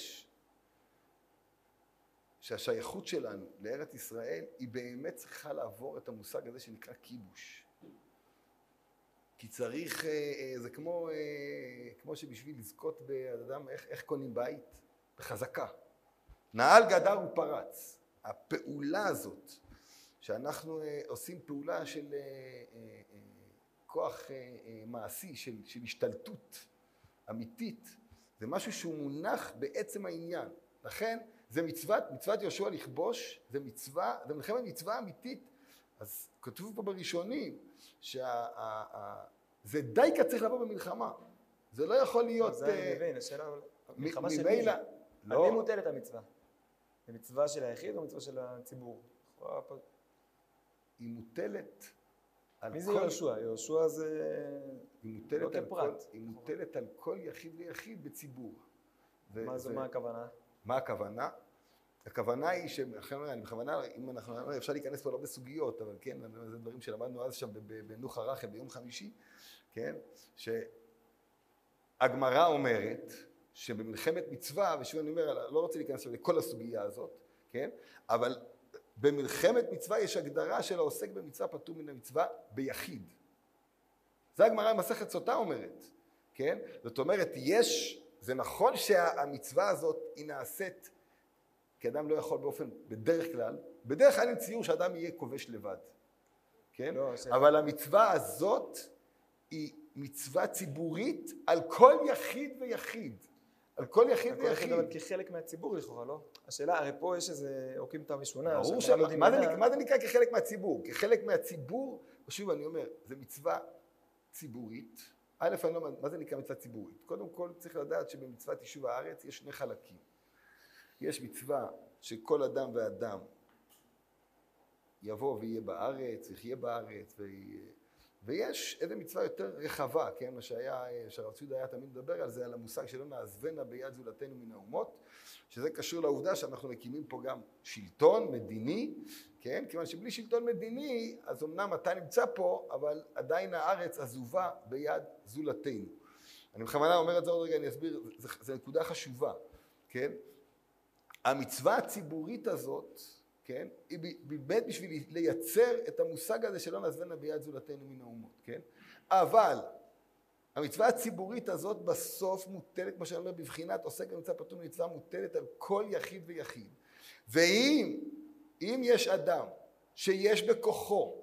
שהשייכות שלנו לארץ ישראל היא באמת צריכה לעבור את המושג הזה שנקרא כיבוש. כי צריך, זה כמו שבשביל לזכות באדם, איך קונים בית? בחזקה. נעל גדר ופרץ. הפעולה הזאת, שאנחנו עושים פעולה של כוח מעשי, של השתלטות אמיתית, זה משהו שהוא מונח בעצם העניין. לכן, זה מצוות יהושע לכבוש, זה מצווה, זה מלחמת מצווה אמיתית. אז כתוב פה בראשונים, זה דייקה צריך לבוא במלחמה. זה לא יכול להיות... זה אני מבין, השאלה, מלחמה של מי? על מי מוטלת המצווה? זה מצווה של היחיד או מצווה של הציבור? היא מוטלת על כל... מי זה יהושע? יהושע זה לא כפרט. היא מוטלת על כל יחיד ויחיד בציבור. מה הכוונה? מה הכוונה? הכוונה היא אני בכוונה, אם אנחנו, אפשר להיכנס פה לא בסוגיות, אבל כן, זה דברים שלמדנו אז שם בנוח הרחל ביום חמישי, כן? שהגמרא אומרת שבמלחמת מצווה, ושוב אני אומר, לא רוצה להיכנס לכל הסוגיה הזאת, כן? אבל במלחמת מצווה יש הגדרה של העוסק במצווה פטור מן המצווה ביחיד. זה הגמרא במסכת סוטה אומרת, כן? זאת אומרת, זה נכון שהמצווה הזאת היא נעשית, כי אדם לא יכול בדרך כלל אין ציור שאדם יהיה כובש לבד, כן? לא, אבל המצווה הזאת היא מצווה ציבורית על כל יחיד ויחיד. על כל יחיד הכל יחיד, ויחיד. אבל כחלק מהציבור לכאורה, לא? השאלה, הרי פה יש איזה עוקים תא משונה. ברור מה זה נקרא כחלק מהציבור? כחלק מהציבור, שוב אני אומר, זה מצווה ציבורית. א', אני לא אומר, מה זה נקרא מצווה ציבורית? קודם כל צריך לדעת שבמצוות יישוב הארץ יש שני חלקים. יש מצווה שכל אדם ואדם יבוא ויהיה בארץ, יחיה בארץ, ויש איזו מצווה יותר רחבה, כן? מה שהרב צבי היה תמיד מדבר על זה, על המושג שלא נעזבנה ביד זולתנו מן האומות, שזה קשור לעובדה שאנחנו מקימים פה גם שלטון מדיני, כן? כיוון שבלי שלטון מדיני, אז אמנם אתה נמצא פה, אבל עדיין הארץ עזובה ביד זולתנו. אני בכוונה אומר את זה עוד רגע, אני אסביר, זו נקודה חשובה, כן? המצווה הציבורית הזאת, כן? היא באמת בשביל לייצר את המושג הזה שלא נעזבנה ביד זולתנו מן האומות, כן? אבל המצווה הציבורית הזאת בסוף מוטלת, כמו שאני אומר, בבחינת עוסק במצווה פטור מצווה מוטלת על כל יחיד ויחיד. ואם יש אדם שיש בכוחו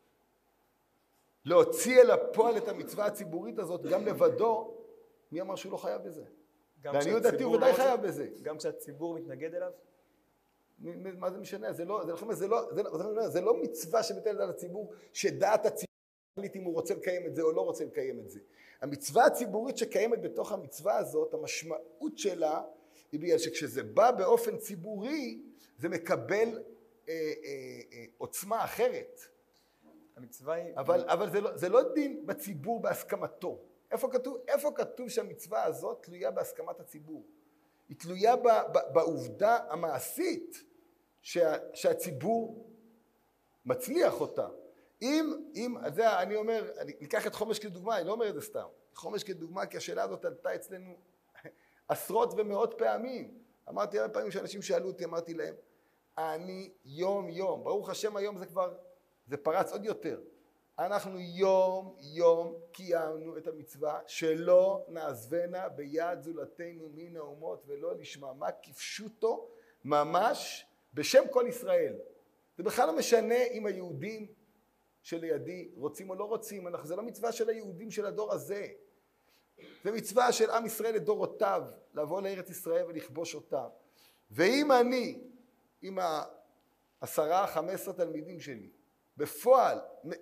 להוציא אל הפועל את המצווה הציבורית הזאת גם לבדו, מי אמר שהוא לא חייב בזה? לעניות דעתי הוא ודאי חייב בזה. גם כשהציבור מתנגד אליו? מה זה משנה? זה לא מצווה שמטלת על הציבור, שדעת הציבור להחליט אם הוא רוצה לקיים את זה או לא רוצה לקיים את זה. המצווה הציבורית שקיימת בתוך המצווה הזאת, המשמעות שלה היא בגלל שכשזה בא באופן ציבורי, זה מקבל עוצמה אחרת. המצווה היא... אבל זה לא דין בציבור בהסכמתו. איפה כתוב שהמצווה הזאת תלויה בהסכמת הציבור? היא תלויה בעובדה המעשית שהציבור מצליח אותה. אז זה אני אומר, ניקח את חומש כדוגמה, אני לא אומר את זה סתם. חומש כדוגמה, כי השאלה הזאת עלתה אצלנו עשרות ומאות פעמים. אמרתי הרבה פעמים שאנשים שאלו אותי, אמרתי להם, אני יום, ברוך השם היום זה פרץ עוד יותר. אנחנו יום קיימנו את המצווה שלא נעזבנה ביד זולתנו מן האומות ולא לשממה כפשוטו ממש בשם כל ישראל. זה בכלל לא משנה אם היהודים שלידי רוצים או לא רוצים, זה לא מצווה של היהודים של הדור הזה. זה מצווה של עם ישראל לדורותיו, לבוא לארץ ישראל ולכבוש אותה. ואם אני, עם 10-15 תלמידים שלי, בפועל,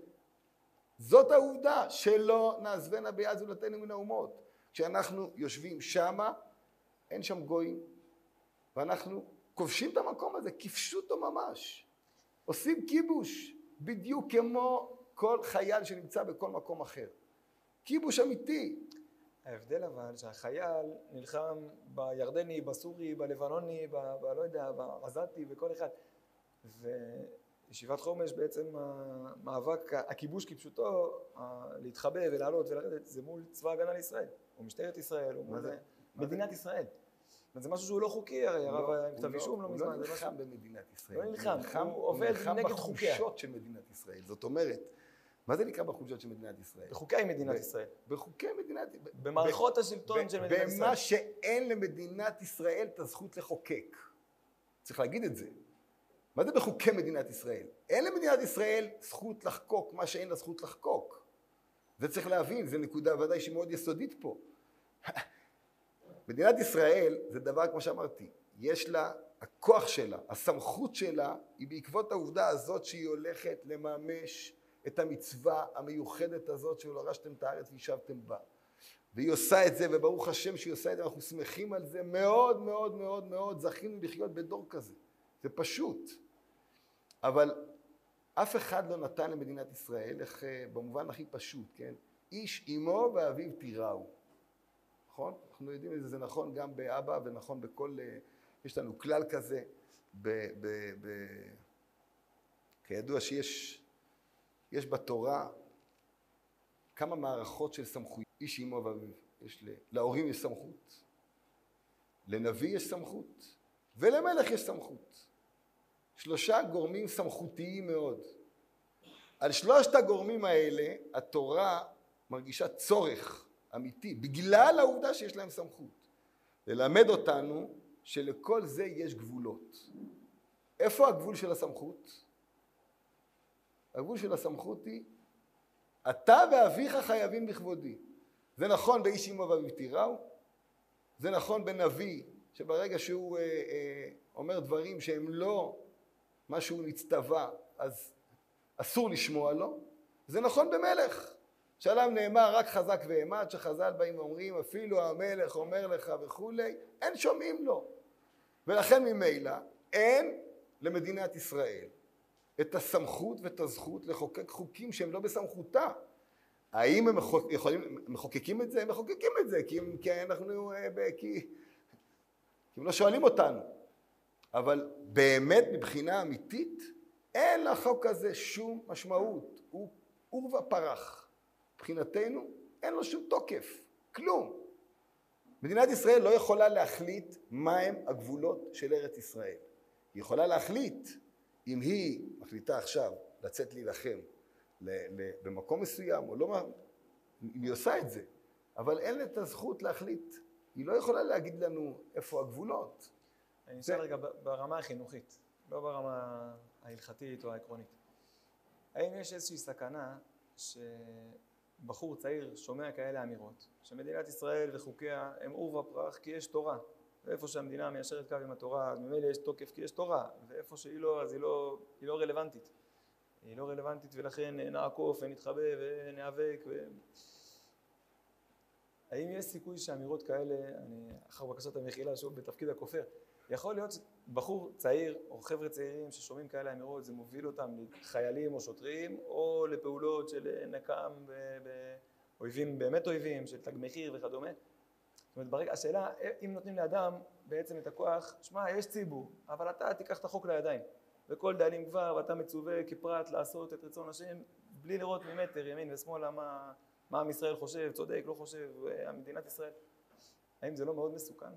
זאת העובדה שלא נעזבנה ביד זולתנו מן האומות. כשאנחנו יושבים שמה, אין שם גויים, ואנחנו כובשים את המקום הזה, כפשוטו ממש. עושים כיבוש, בדיוק כמו כל חייל שנמצא בכל מקום אחר. כיבוש אמיתי. ההבדל אבל שהחייל נלחם בירדני, בסורי, בלבנוני, לא יודע, בעזתי, בכל אחד. וישיבת חומש בעצם המאבק, הכיבוש כפשוטו, להתחבא ולעלות ולרדת, זה מול צבא הגנה לישראל, או משטרת ישראל, או מול מדינת ישראל. זה משהו שהוא לא חוקי, הרי הרב כתב אישום לא מזמן. הוא לא נלחם במדינת ישראל. לא נלחם, הוא עובד נגד חוקיה. הוא נלחם בחולשות של מדינת ישראל. זאת אומרת, מה זה נקרא בחולשות של מדינת ישראל? בחוקי מדינת ישראל. בחוקי מדינת... במערכות השלטון של מדינת ישראל. במה שאין למדינת ישראל את הזכות לחוקק. צריך להגיד את זה. מה זה בחוקי מדינת ישראל? אין למדינת ישראל זכות לחקוק מה שאין לה זכות לחקוק. זה צריך להבין, זו נקודה ודאי שמאוד יסודית פה. מדינת ישראל זה דבר, כמו שאמרתי, יש לה, הכוח שלה, הסמכות שלה, היא בעקבות העובדה הזאת שהיא הולכת לממש את המצווה המיוחדת הזאת שלא רשתם את הארץ וישבתם בה. והיא עושה את זה, וברוך השם שהיא עושה את זה, אנחנו שמחים על זה, מאוד מאוד מאוד מאוד זכינו לחיות בדור כזה. זה פשוט. אבל אף אחד לא נתן למדינת ישראל, איך, במובן הכי פשוט, כן? איש אמו ואביו תיראו. נכון? אנחנו יודעים את זה, זה נכון גם באבא ונכון בכל, יש לנו כלל כזה, כידוע שיש בתורה כמה מערכות של סמכויות. איש אמו ואביו, להורים יש סמכות, לנביא יש סמכות, ולמלך יש סמכות. 3 גורמים סמכותיים מאוד. על 3 הגורמים האלה, התורה מרגישה צורך אמיתי, בגלל העובדה שיש להם סמכות. ללמד אותנו שלכל זה יש גבולות. איפה הגבול של הסמכות? הגבול של הסמכות היא אתה ואביך חייבים בכבודי. זה נכון באיש אמו ואביו תיראו, זה נכון בנביא, שברגע שהוא אומר דברים שהם לא מה שהוא נצטווה, אז אסור לשמוע לו. זה נכון במלך, שעליו נאמר רק חזק ואימת, שחז"ל באים ואומרים, אפילו המלך אומר לך וכולי, אין שומעים לו. ולכן ממילא אין למדינת ישראל את הסמכות ואת הזכות לחוקק חוקים שהם לא בסמכותה. האם הם מחוקקים את זה? הם מחוקקים את זה, כי הם לא שואלים אותנו. אבל באמת מבחינה אמיתית, אין לחוק הזה שום משמעות. הוא עור ופרח. מבחינתנו אין לו שום תוקף, כלום. מדינת ישראל לא יכולה להחליט מהם הגבולות של ארץ ישראל. היא יכולה להחליט, אם היא מחליטה עכשיו לצאת להילחם במקום מסוים, או לא, אם היא עושה את זה, אבל אין לה את הזכות להחליט. היא לא יכולה להגיד לנו איפה הגבולות. אני נשאל רגע ברמה החינוכית, לא ברמה ההלכתית או העקרונית. האם יש איזושהי סכנה שבחור צעיר שומע כאלה אמירות, שמדינת ישראל וחוקיה הם עור ופרח כי יש תורה, ואיפה שהמדינה מיישרת קו עם התורה, אז ממילא יש תוקף כי יש תורה, ואיפה שהיא לא, אז היא לא רלוונטית. היא לא רלוונטית ולכן נעקוף ונתחבא ונאבק. האם יש סיכוי שאמירות כאלה, אני אחר בקשת המחילה שוב בתפקיד הכופר, יכול להיות שבחור צעיר או חבר'ה צעירים ששומעים כאלה אמירות, זה מוביל אותם לחיילים או שוטרים, או לפעולות של נקם באויבים, באמת אויבים, של תג מחיר וכדומה. זאת אומרת, ברגע, השאלה, אם נותנים לאדם בעצם את הכוח, שמע, יש ציבור, אבל אתה תיקח את החוק לידיים. וכל דאלים כבר, ואתה מצווה כפרט לעשות את רצון השם, בלי לראות ממטר, ימין ושמאלה, מה עם ישראל חושב, צודק, לא חושב, המדינת ישראל. האם זה לא מאוד מסוכן?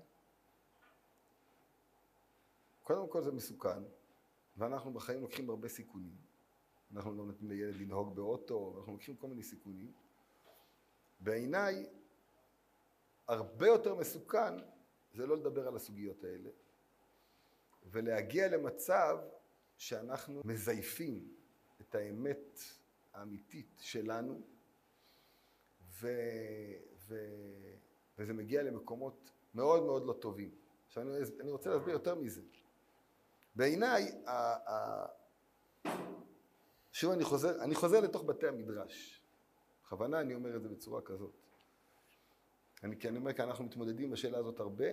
קודם כל זה מסוכן, ואנחנו בחיים לוקחים הרבה סיכונים. אנחנו לא נותנים לילד לנהוג באוטו, אנחנו לוקחים כל מיני סיכונים. בעיניי, הרבה יותר מסוכן זה לא לדבר על הסוגיות האלה, ולהגיע למצב שאנחנו מזייפים את האמת האמיתית שלנו, וזה מגיע למקומות מאוד מאוד לא טובים. עכשיו אני רוצה להסביר יותר מזה. בעיניי, שוב אני חוזר לתוך בתי המדרש. בכוונה אני אומר את זה בצורה כזאת. כי אני אומר כי אנחנו מתמודדים בשאלה הזאת הרבה,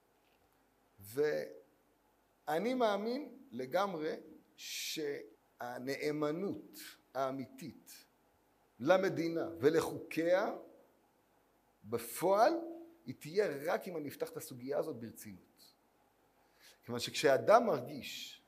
ואני מאמין לגמרי שהנאמנות האמיתית למדינה ולחוקיה, בפועל היא תהיה רק אם אני אפתח את הסוגיה הזאת ברצינות. כיוון שכשאדם מרגיש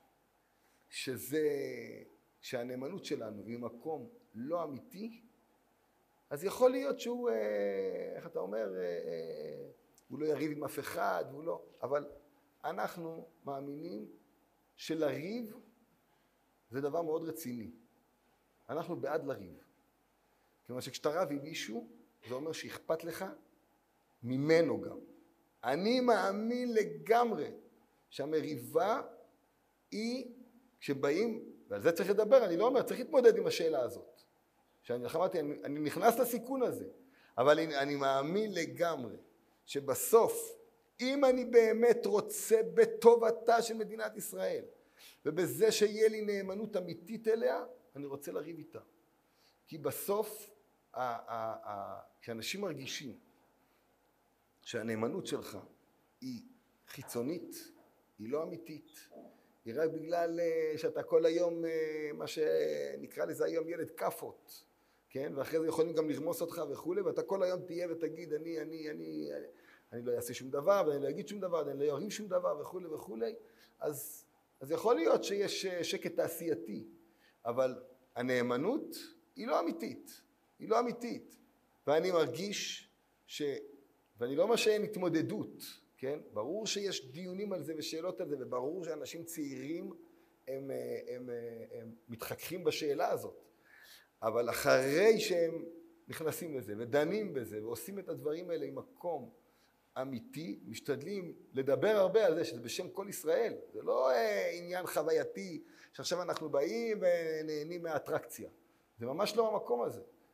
שהנאמנות שלנו היא מקום לא אמיתי, אז יכול להיות שהוא, איך אתה אומר, הוא לא יריב עם אף אחד, אבל אנחנו מאמינים שלריב זה דבר מאוד רציני. אנחנו בעד לריב. כיוון שכשאתה רב עם מישהו, זה אומר שאכפת לך ממנו גם. אני מאמין לגמרי שהמריבה היא, כשבאים, ועל זה צריך לדבר, אני לא אומר, צריך להתמודד עם השאלה הזאת. שאני אמרתי, אני נכנס לסיכון הזה, אבל אני מאמין לגמרי שבסוף, אם אני באמת רוצה בטובתה של מדינת ישראל, ובזה שיהיה לי נאמנות אמיתית אליה, אני רוצה לריב איתה. כי בסוף, כשאנשים מרגישים שהנאמנות שלך היא חיצונית, היא לא אמיתית, היא רק בגלל שאתה כל היום, מה שנקרא לזה היום ילד כפות, כן? ואחרי זה יכולים גם לרמוס אותך וכו', ואתה כל היום תהיה ותגיד, אני לא אעשה שום דבר, ואני לא אגיד שום דבר, ואני לא יורים שום דבר וכו' וכו', אז יכול להיות שיש שקט תעשייתי, אבל הנאמנות היא לא אמיתית, היא לא אמיתית. ואני מרגיש ואני לא אומר שאין התמודדות, כן? ברור שיש דיונים על זה ושאלות על זה, וברור שאנשים צעירים הם מתחככים בשאלה הזאת. אבל אחרי שהם נכנסים לזה ודנים בזה ועושים את הדברים האלה עם מקום אמיתי, משתדלים לדבר הרבה על זה שזה בשם כל ישראל. זה לא עניין חווייתי שעכשיו אנחנו באים ונהנים מהאטרקציה. זה ממש לא המקום הזה.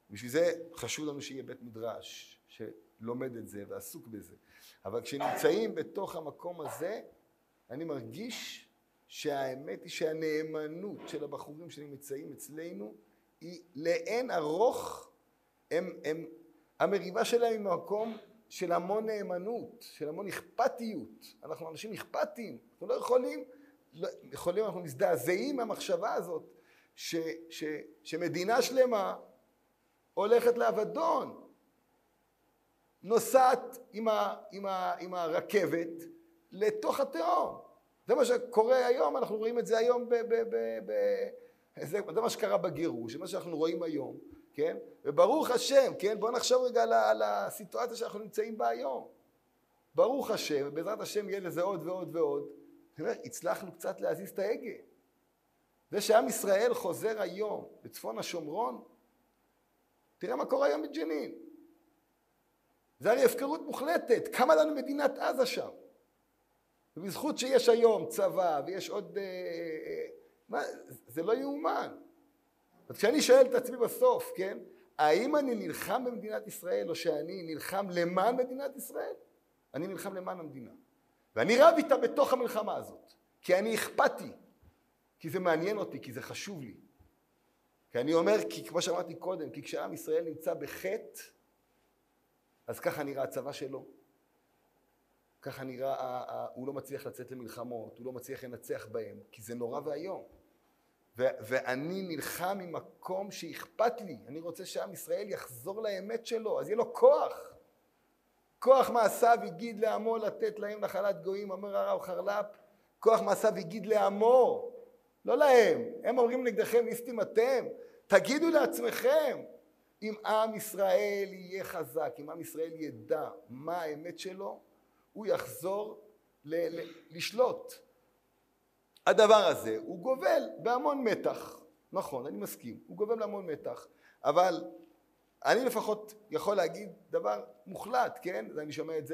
בשביל זה חשוב לנו שיהיה בית מדרש שלומד את זה ועסוק בזה. אבל כשנמצאים בתוך המקום הזה, אני מרגיש שהאמת היא שהנאמנות של הבחורים שנמצאים אצלנו היא לאין ארוך, המריבה שלהם היא מקום של המון נאמנות, של המון אכפתיות. אנחנו אנשים אכפתיים, אנחנו לא יכולים, אנחנו מזדעזעים מהמחשבה הזאת שמדינה שלמה הולכת לאבדון, נוסעת עם הרכבת לתוך התהום. זה מה שקורה היום, אנחנו רואים את זה היום, זה מה שקרה בגירוש, זה מה שאנחנו רואים היום, כן? וברוך השם, כן? בואו נחשוב רגע על הסיטואציה שאנחנו נמצאים בה היום. ברוך השם, ובעזרת השם יהיה לזה עוד ועוד ועוד. אני אומר, הצלחנו קצת להזיז את ההגה. זה שעם ישראל חוזר היום בצפון השומרון, תראה מה קורה היום בג'נין. זה הרי הפקרות מוחלטת, קמה לנו מדינת עזה שם. ובזכות שיש היום צבא ויש עוד... זה לא יאומן. אז כשאני שואל את עצמי בסוף, כן? האם אני נלחם במדינת ישראל או שאני נלחם למען מדינת ישראל? אני נלחם למען המדינה. ואני רב איתה בתוך המלחמה הזאת. כי אני אכפתי. כי זה מעניין אותי, כי זה חשוב לי. כי אני אומר, כי כמו שאמרתי קודם, כי כשעם ישראל נמצא בחטא, אז ככה נראה הצבא שלו. ככה נראה, הוא לא מצליח לצאת למלחמות, הוא לא מצליח לנצח בהם, כי זה נורא והיום. ואני נלחם ממקום שאכפת לי. אני רוצה שעם ישראל יחזור לאמת שלו, אז יהיה לו כוח. כוח מעשיו הגיד לעמו לתת להם נחלת גויים, אומר הרב חרל"פ, כוח מעשיו הגיד לעמו, לא להם. הם אומרים נגדכם, ליסטים אתם. תגידו לעצמכם, אם עם ישראל יהיה חזק, אם עם ישראל ידע מה האמת שלו, הוא יחזור לשלוט. הדבר הזה הוא גובל בהמון מתח. נכון, אני מסכים, הוא גובל בהמון מתח. אבל אני לפחות יכול להגיד דבר מוחלט, כן? אני שומע את זה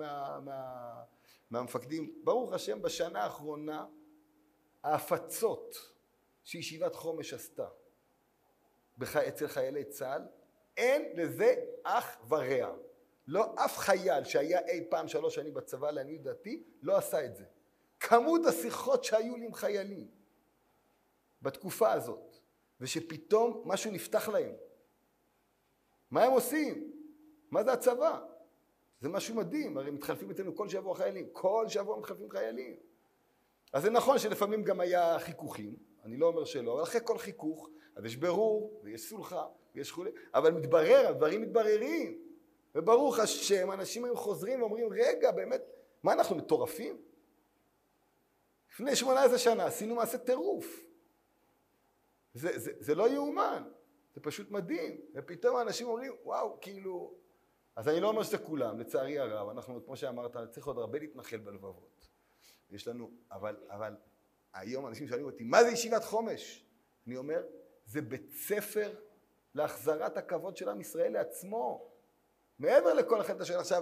מהמפקדים. ברוך השם, בשנה האחרונה, ההפצות שישיבת חומש עשתה אצל חיילי צה"ל, אין לזה אח ורע. לא אף חייל שהיה אי פעם 3 שנים בצבא, לעניות דעתי, לא עשה את זה. כמות השיחות שהיו לי עם חיילים בתקופה הזאת, ושפתאום משהו נפתח להם. מה הם עושים? מה זה הצבא? זה משהו מדהים, הרי מתחלפים אצלנו כל שבוע חיילים, כל שבוע מתחלפים חיילים. אז זה נכון שלפעמים גם היה חיכוכים, אני לא אומר שלא, אבל אחרי כל חיכוך, אז יש ברור, ויש סולחה, ויש חולה, אבל מתברר, הדברים מתבררים. וברוך השם, אנשים היו חוזרים ואומרים, רגע, באמת, מה אנחנו מטורפים? לפני 18 שנה עשינו מעשה טירוף. זה לא יאומן, זה פשוט מדהים. ופתאום האנשים אומרים, וואו, כאילו... אז אני לא אומר שזה כולם, לצערי הרב, אנחנו, כמו שאמרת, צריך עוד הרבה להתנחל בלבבות. יש לנו, אבל היום אנשים שואלים אותי, מה זה ישיבת חומש? אני אומר, זה בית ספר להחזרת הכבוד של עם ישראל לעצמו. מעבר לכל אחת השאלה עכשיו,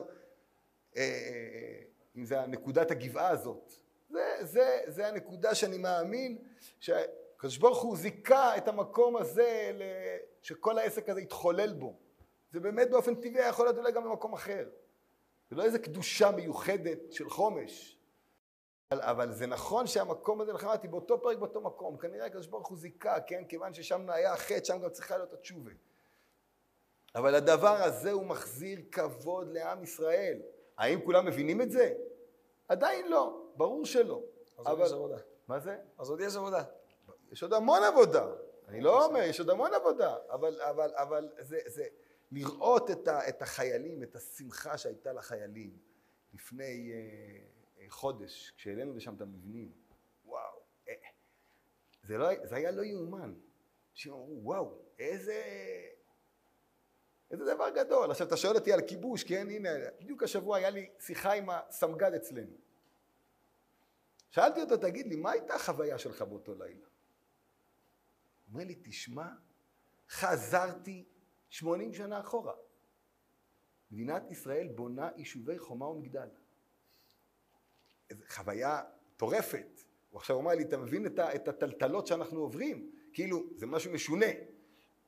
אם זה נקודת הגבעה הזאת, זה הנקודה שאני מאמין שהקדוש ברוך הוא זיכה את המקום הזה שכל העסק הזה יתחולל בו. זה באמת באופן טבעי יכול להיות אולי גם במקום אחר. זה לא איזו קדושה מיוחדת של חומש. אבל זה נכון שהמקום הזה, לכן אמרתי, באותו פרק, באותו מקום, כנראה הקדוש ברוך הוא זיכה, כן? כיוון ששם היה החטא, שם גם צריכה להיות התשובה. אבל הדבר הזה הוא מחזיר כבוד לעם ישראל. האם כולם מבינים את זה? עדיין לא, ברור שלא. אז עוד יש עבודה. מה זה? אז עוד יש עבודה. יש עוד המון עבודה. אני לא אומר, יש עוד המון עבודה. אבל זה לראות את החיילים, את השמחה שהייתה לחיילים לפני חודש, כשהעלינו לשם את המבנים. וואו, זה היה לא יאומן. אנשים אמרו, וואו, איזה דבר גדול. עכשיו, אתה שואל אותי על כיבוש, כן? הנה, בדיוק השבוע היה לי שיחה עם הסמג"ד אצלנו. שאלתי אותו, תגיד לי, מה הייתה החוויה שלך באותו לילה? הוא אומר לי, תשמע, חזרתי 80 שנה אחורה. מדינת ישראל בונה יישובי חומה ומגדל. איזו חוויה טורפת. הוא עכשיו אומר לי, אתה מבין את הטלטלות שאנחנו עוברים? כאילו, זה משהו משונה.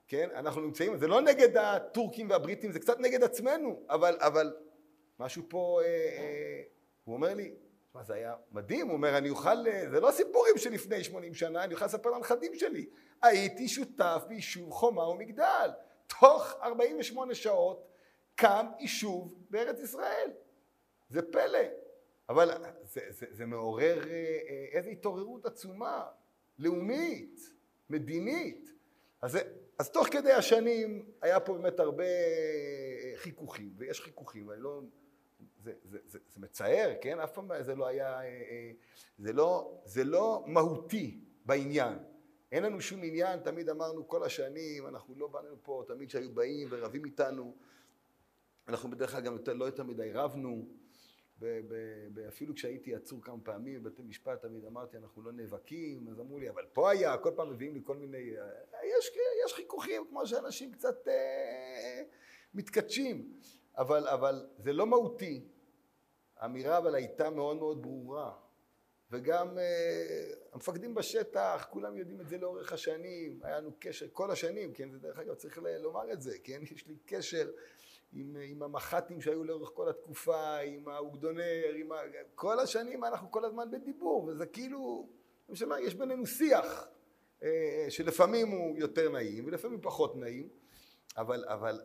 כן? אנחנו נמצאים, זה לא נגד הטורקים והבריטים, זה קצת נגד עצמנו, אבל משהו פה, הוא אומר לי, מה זה היה מדהים, הוא אומר, אני אוכל, זה לא סיפורים שלפני 80 שנה, אני אוכל לספר לנכדים שלי. הייתי שותף ביישוב חומה ומגדל. תוך 48 שעות קם יישוב בארץ ישראל. זה פלא. אבל זה מעורר איזו התעוררות עצומה, לאומית, מדינית. אז תוך כדי השנים היה פה באמת הרבה חיכוכים, ויש חיכוכים, ואני לא... זה מצער, כן? אף פעם זה לא היה... זה לא מהותי בעניין. אין לנו שום עניין, תמיד אמרנו כל השנים, אנחנו לא באנו פה, תמיד שהיו באים ורבים איתנו, אנחנו בדרך כלל גם לא יותר מדי רבנו, אפילו כשהייתי עצור כמה פעמים בבתי משפט, תמיד אמרתי, אנחנו לא נאבקים, אז אמרו לי, אבל פה היה, כל פעם מביאים לי כל מיני... יש חיכוכים, כמו שאנשים קצת מתקדשים, אבל זה לא מהותי. האמירה אבל הייתה מאוד מאוד ברורה, וגם המפקדים בשטח, כולם יודעים את זה לאורך השנים, היה לנו קשר כל השנים, כן, זה דרך אגב צריך לומר את זה, כן, יש לי קשר עם המח"טים שהיו לאורך כל התקופה, עם האוגדונר, כל השנים אנחנו כל הזמן בדיבור, וזה כאילו, יש בינינו שיח, שלפעמים הוא יותר נעים ולפעמים פחות נעים, אבל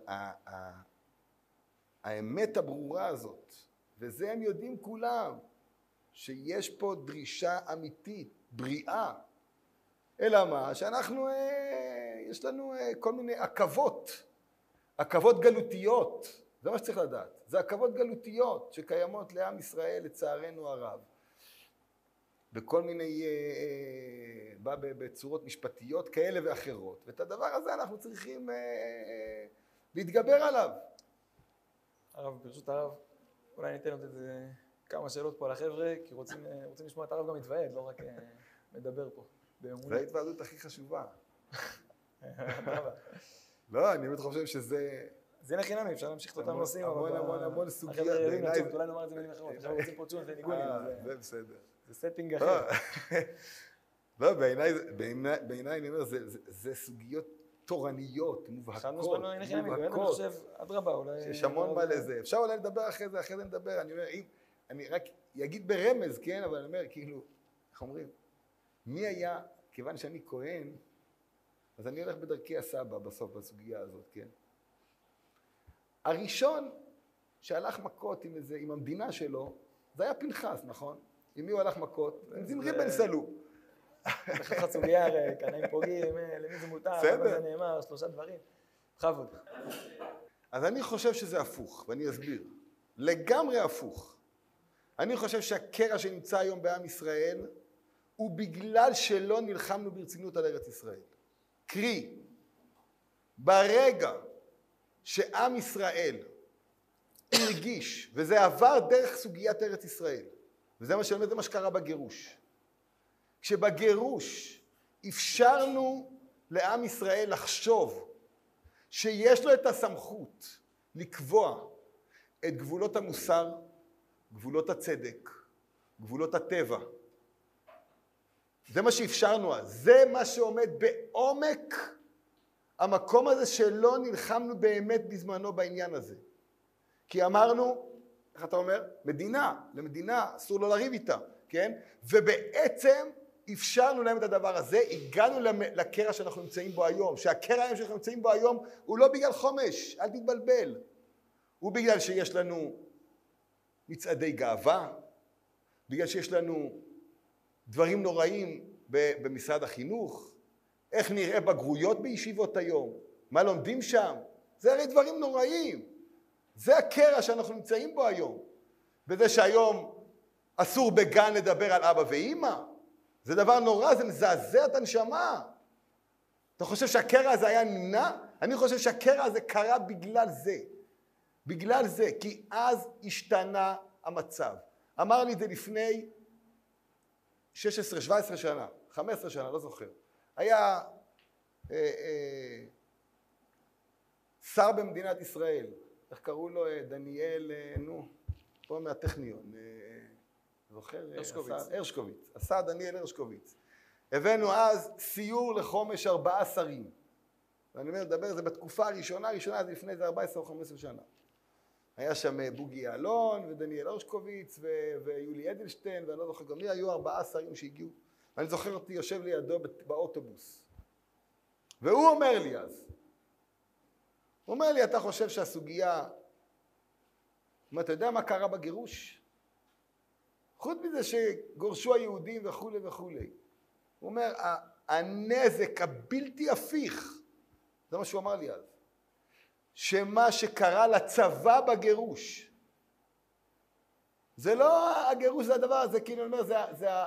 האמת הברורה הזאת, וזה הם יודעים כולם, שיש פה דרישה אמיתית, בריאה, אלא מה? שאנחנו, יש לנו כל מיני עכבות גלותיות, זה מה שצריך לדעת, זה עכבות גלותיות שקיימות לעם ישראל לצערנו הרב, בכל מיני, בצורות משפטיות כאלה ואחרות, ואת הדבר הזה אנחנו צריכים להתגבר עליו. הרב, ברשות הרב, אולי ניתן עוד איזה כמה שאלות פה על החבר'ה, כי רוצים לשמוע את הרב גם מתוועד, לא רק מדבר פה באמונה. זו ההתוועדות הכי חשובה. לא, אני באמת חושב שזה... זה הנה חינמי, אפשר להמשיך את אותם נושאים, אבל... המון סוגיות. החבר'ה יודעים לצאת, אולי נאמר את זה במילים אחרות. עכשיו רוצים פה צ'ון וניגונים. זה בסדר. זה סטינג אחר. לא, בעיניי אני אומר, זה סוגיות תורניות, מובהקות. חד משמעית, הנה חינמי, באמת אני חושב, אדרבה, אולי... שיש המון מה לזה. אפשר אולי לדבר אחרי זה נדבר. אני אומר, אני רק אגיד ברמז, כן, אבל אני אומר, כאילו, איך אומרים? מי היה, כיוון שאני כהן, אז אני הולך בדרכי הסבא בסוף בסוגיה הזאת, כן? הראשון שהלך מכות עם המדינה שלו, זה היה פנחס, נכון? עם מי הוא הלך מכות? עם זמרי בן סלו. בחתך סוגיה הרי, קנאים פוגעים, למי זה מותר, מה זה נאמר, 3 דברים. בכבוד. אז אני חושב שזה הפוך, ואני אסביר. לגמרי הפוך. אני חושב שהקרע שנמצא היום בעם ישראל, הוא בגלל שלא נלחמנו ברצינות על ארץ ישראל. קרי, ברגע שעם ישראל הרגיש, וזה עבר דרך סוגיית ארץ ישראל, וזה מה שאומר, זה מה שקרה בגירוש. כשבגירוש אפשרנו לעם ישראל לחשוב שיש לו את הסמכות לקבוע את גבולות המוסר, גבולות הצדק, גבולות הטבע. זה מה שאפשרנו אז. זה מה שעומד בעומק המקום הזה שלא נלחמנו באמת בזמנו בעניין הזה. כי אמרנו, איך אתה אומר? למדינה אסור לא לריב איתה, כן? ובעצם אפשרנו להם את הדבר הזה, הגענו לקרע שאנחנו נמצאים בו היום, שהקרע היום שאנחנו נמצאים בו היום הוא לא בגלל חומש, אל תתבלבל. הוא בגלל שיש לנו מצעדי גאווה, בגלל שיש לנו דברים נוראים במשרד החינוך, איך נראה בגרויות בישיבות היום, מה לומדים שם, זה הרי דברים נוראים. זה הקרע שאנחנו נמצאים בו היום. בזה שהיום אסור בגן לדבר על אבא ואמא, זה דבר נורא, זה מזעזע את הנשמה. אתה חושב שהקרע הזה היה נמנע? אני חושב שהקרע הזה קרה בגלל זה. בגלל זה, כי אז השתנה המצב. אמר לי את זה לפני 16, 17 שנה, 15 שנה, לא זוכר. היה שר במדינת ישראל, איך קראו לו? דניאל, פה מהטכניון, זוכר? הרשקוביץ. השר דניאל הרשקוביץ. הבאנו אז סיור לחומש 4 שרים. ואני אומר, לדבר, זה בתקופה הראשונה, זה לפני איזה 14 או 15 שנה. היה שם בוגי יעלון ודניאל הרשקוביץ ויולי אדלשטיין, ואני לא זוכר גם לי, היו 4 שרים שהגיעו. ואני זוכר אותי יושב לידו באוטובוס. והוא אומר לי אז, הוא אומר לי, אתה חושב שהסוגיה, אתה יודע מה קרה בגירוש? חוץ מזה שגורשו היהודים וכו' וכו'. הוא אומר, הנזק הבלתי הפיך, זה מה שהוא אמר לי אז, שמה שקרה לצבא בגירוש, זה לא הגירוש, זה הדבר הזה, כאילו אני אומר,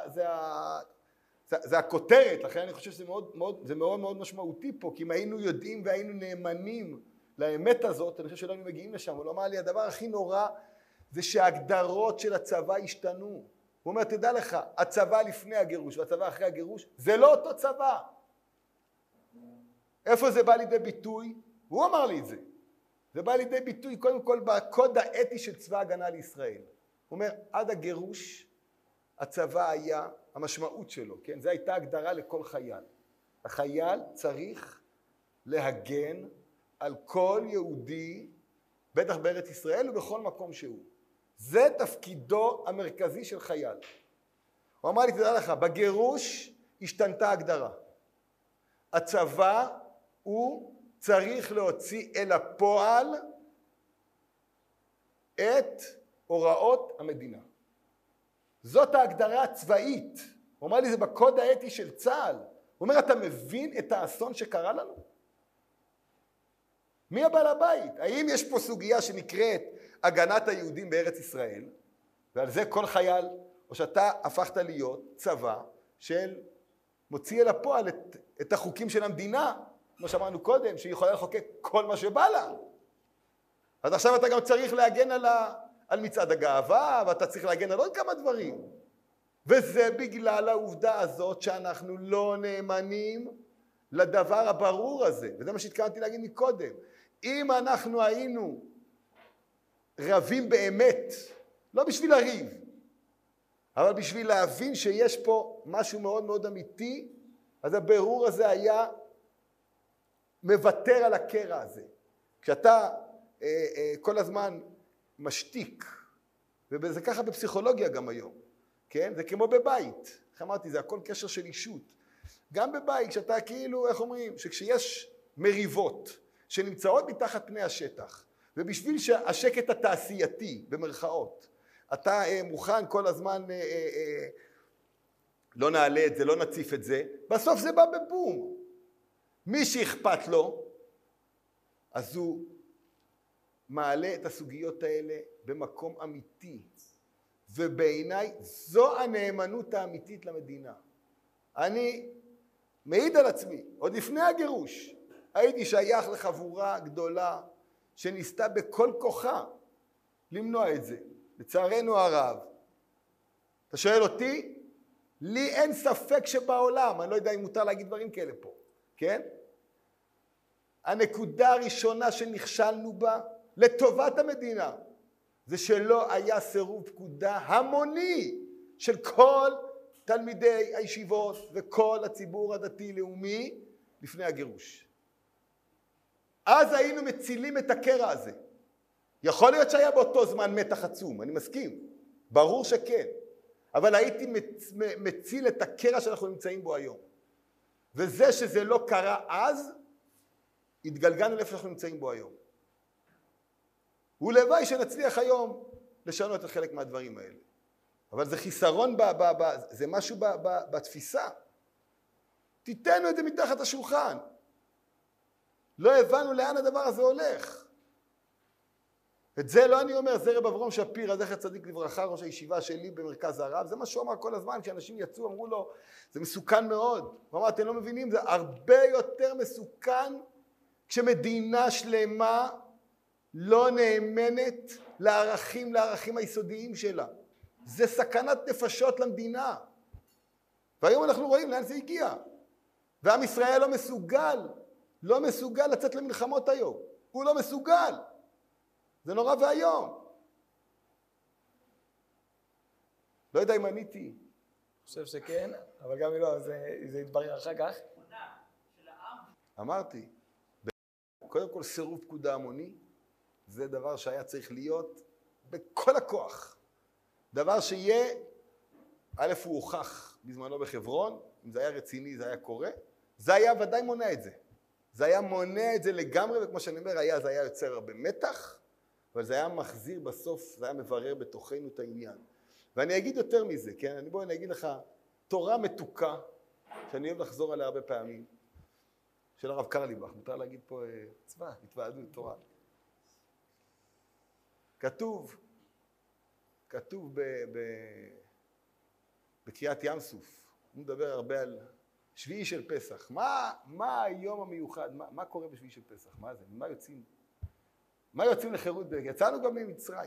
זה הכותרת, לכן אני חושב שזה מאוד מאוד משמעותי פה, כי אם היינו יודעים והיינו נאמנים לאמת הזאת, אני חושב שלא היינו מגיעים לשם. הוא אמר לי, הדבר הכי נורא זה שההגדרות של הצבא השתנו. הוא אומר, תדע לך, הצבא לפני הגירוש והצבא אחרי הגירוש, זה לא אותו צבא. איפה זה בא לידי ביטוי? הוא אמר לי את זה. זה בא לידי ביטוי קודם כל בקוד האתי של צבא הגנה לישראל. הוא אומר, עד הגירוש, הצבא היה, המשמעות שלו, כן? זו הייתה הגדרה לכל חייל. החייל צריך להגן על כל יהודי, בטח בארץ ישראל ובכל מקום שהוא. זה תפקידו המרכזי של חייל. הוא אמר לי, תדע לך, בגירוש השתנתה הגדרה. הצבא הוא צריך להוציא אל הפועל את הוראות המדינה. זאת ההגדרה הצבאית. הוא אמר לי, זה בקוד האתי של צה"ל. הוא אומר, אתה מבין את האסון שקרה לנו? מי הבעל הבית? האם יש פה סוגיה שנקראת הגנת היהודים בארץ ישראל, ועל זה כל חייל, או שאתה הפכת להיות צבא של מוציא אל הפועל את החוקים של המדינה, כמו שאמרנו קודם, שהיא יכולה לחוקק כל מה שבא לה. אז עכשיו אתה גם צריך להגן על מצעד הגאווה, ואתה צריך להגן על עוד כמה דברים. וזה בגלל העובדה הזאת שאנחנו לא נאמנים לדבר הברור הזה. וזה מה שהתכוונתי להגיד מקודם. אם אנחנו היינו רבים באמת, לא בשביל לריב, אבל בשביל להבין שיש פה משהו מאוד מאוד אמיתי, אז הבירור הזה היה מוותר על הקרע הזה. כשאתה כל הזמן משתיק, וזה ככה בפסיכולוגיה גם היום, כן? זה כמו בבית. איך אמרתי, זה הכל קשר של אישות. גם בבית, כשאתה כאילו, איך אומרים, שכשיש מריבות שנמצאות מתחת פני השטח, ובשביל שהשקט התעשייתי, במרכאות, אתה מוכן כל הזמן, לא נעלה את זה, לא נציף את זה, בסוף זה בא בבום. מי שאכפת לו, אז הוא מעלה את הסוגיות האלה במקום אמיתי. ובעיניי זו הנאמנות האמיתית למדינה. אני מעיד על עצמי, עוד לפני הגירוש, הייתי שייך לחבורה גדולה שניסתה בכל כוחה למנוע את זה. לצערנו הרב. אתה שואל אותי? לי אין ספק שבעולם, אני לא יודע אם מותר להגיד דברים כאלה פה, כן? הנקודה הראשונה שנכשלנו בה, לטובת המדינה, זה שלא היה סירוב פקודה המוני של כל תלמידי הישיבות וכל הציבור הדתי-לאומי לפני הגירוש. אז היינו מצילים את הקרע הזה. יכול להיות שהיה באותו זמן מתח עצום, אני מסכים, ברור שכן, אבל הייתי מציל את הקרע שאנחנו נמצאים בו היום. וזה שזה לא קרה אז, התגלגלנו לאיפה שאנחנו נמצאים בו היום. ולוואי שנצליח היום לשנות את חלק מהדברים האלה. אבל זה חיסרון, זה משהו בתפיסה. תיתנו את זה מתחת השולחן. לא הבנו לאן הדבר הזה הולך. את זה לא אני אומר, זה רב אברום שפירא, זכר צדיק לברכה, ראש הישיבה שלי במרכז הרב, זה מה שהוא אמר כל הזמן, כשאנשים יצאו, אמרו לו, זה מסוכן מאוד. הוא אמר, אתם לא מבינים, זה הרבה יותר מסוכן כשמדינה שלמה לא נאמנת לערכים היסודיים שלה. זה סכנת נפשות למדינה. והיום אנחנו רואים לאן זה הגיע. ועם ישראל לא מסוגל לצאת למלחמות היום. הוא לא מסוגל. זה נורא והיום. לא יודע אם עניתי. אני חושב שכן, אבל גם אם לא, זה יתברר אחר כך. אמרתי. קודם כל סירוב פקודה המוני, זה דבר שהיה צריך להיות בכל הכוח. דבר שיהיה, א' הוא הוכח בזמנו בחברון, אם זה היה רציני זה היה קורה, זה היה ודאי מונע את זה. זה היה מונע את זה לגמרי, וכמו שאני אומר, זה היה יוצר הרבה מתח, אבל זה היה מחזיר בסוף, זה היה מברר בתוכנו את העניין. ואני אגיד יותר מזה, כן? אני אגיד לך, תורה מתוקה, שאני אוהב לחזור עליה הרבה פעמים, של הרב קרליבך, מותר להגיד פה התוועדות תורה. כתוב בקריאת ים סוף, הוא מדבר הרבה על שביעי של פסח. מה היום המיוחד? מה קורה בשביעי של פסח? מה זה? מה יוצאים לחירות? יצאנו גם ממצרים.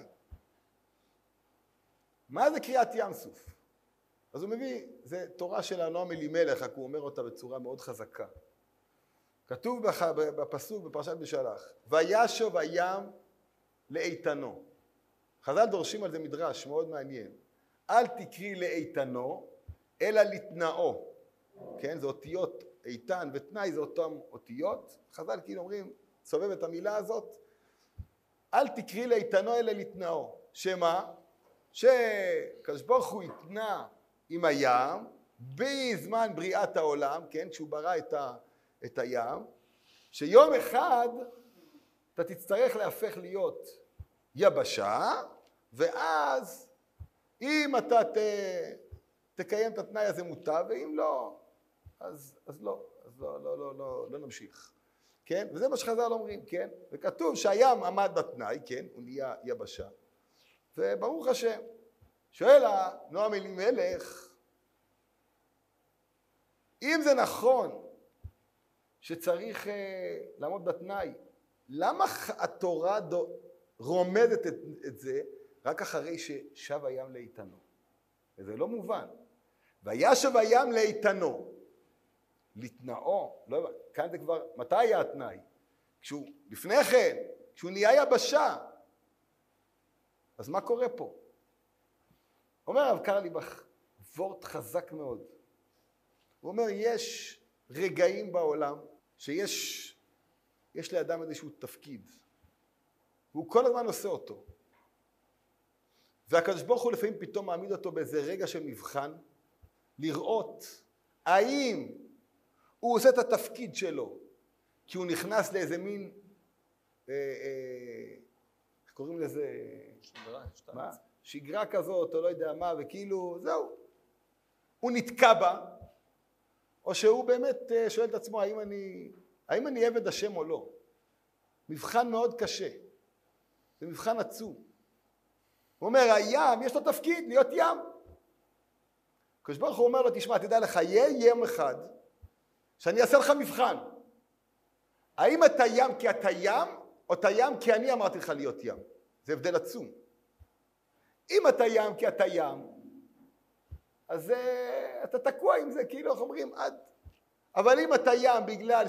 מה זה קריאת ים סוף? אז הוא מביא, זה תורה של נועם אלימלך, רק הוא אומר אותה בצורה מאוד חזקה. כתוב בפסוק בפרשת בשלח, וישוב הים לאיתנו. חז"ל דורשים על זה מדרש מאוד מעניין. אל תקרי לאיתנו, אלא לתנאו. כן, זה אותיות איתן ותנאי, זה אותם אותיות. חז"ל כאילו אומרים, סובב את המילה הזאת, אל תקרי לאיתנו, אלא לתנאו. שמה? שקדוש ברוך הוא התנה עם הים, בזמן בריאת העולם, כן, כשהוא ברא את הים, שיום אחד אתה תצטרך להפך להיות יבשה, ואז אם אתה תקיים את התנאי הזה מוטב, ואם לא, אז לא נמשיך. כן? וזה מה שחז"ל אומרים, כן? וכתוב שהים עמד בתנאי, כן? הוא נהיה יבשה. וברוך השם, שואל נועם אלימלך, אם זה נכון שצריך לעמוד בתנאי, למה התורה רומזת את זה רק אחרי ששב הים לאיתנו? וזה לא מובן. וישב הים לאיתנו, לתנאו, לא, כאן זה כבר, מתי היה התנאי? לפני כן, כשהוא נהיה יבשה. אז מה קורה פה? אומר הרב קרליבך, וורט חזק מאוד. הוא אומר, יש רגעים בעולם שיש לאדם איזשהו תפקיד. והוא כל הזמן עושה אותו. והקדוש ברוך הוא לפעמים פתאום מעמיד אותו באיזה רגע של מבחן, לראות האם הוא עושה את התפקיד שלו, כי הוא נכנס לאיזה מין, איך קוראים לזה? שגרה כזאת, או לא יודע מה, וכאילו, זהו. הוא נתקע בה, או שהוא באמת שואל את עצמו, האם אני עבד השם או לא? מבחן מאוד קשה. זה מבחן עצום. הוא אומר, הים, יש לו תפקיד להיות ים. הקדוש ברוך הוא אומר לו, תשמע, תדע לך, יהיה יום אחד, שאני אעשה לך מבחן. האם אתה ים כי אתה ים, או אתה ים כי אני אמרתי לך להיות ים? זה הבדל עצום. אם אתה ים כי אתה ים, אז אתה תקוע עם זה, כאילו, איך אומרים, אבל אם אתה ים בגלל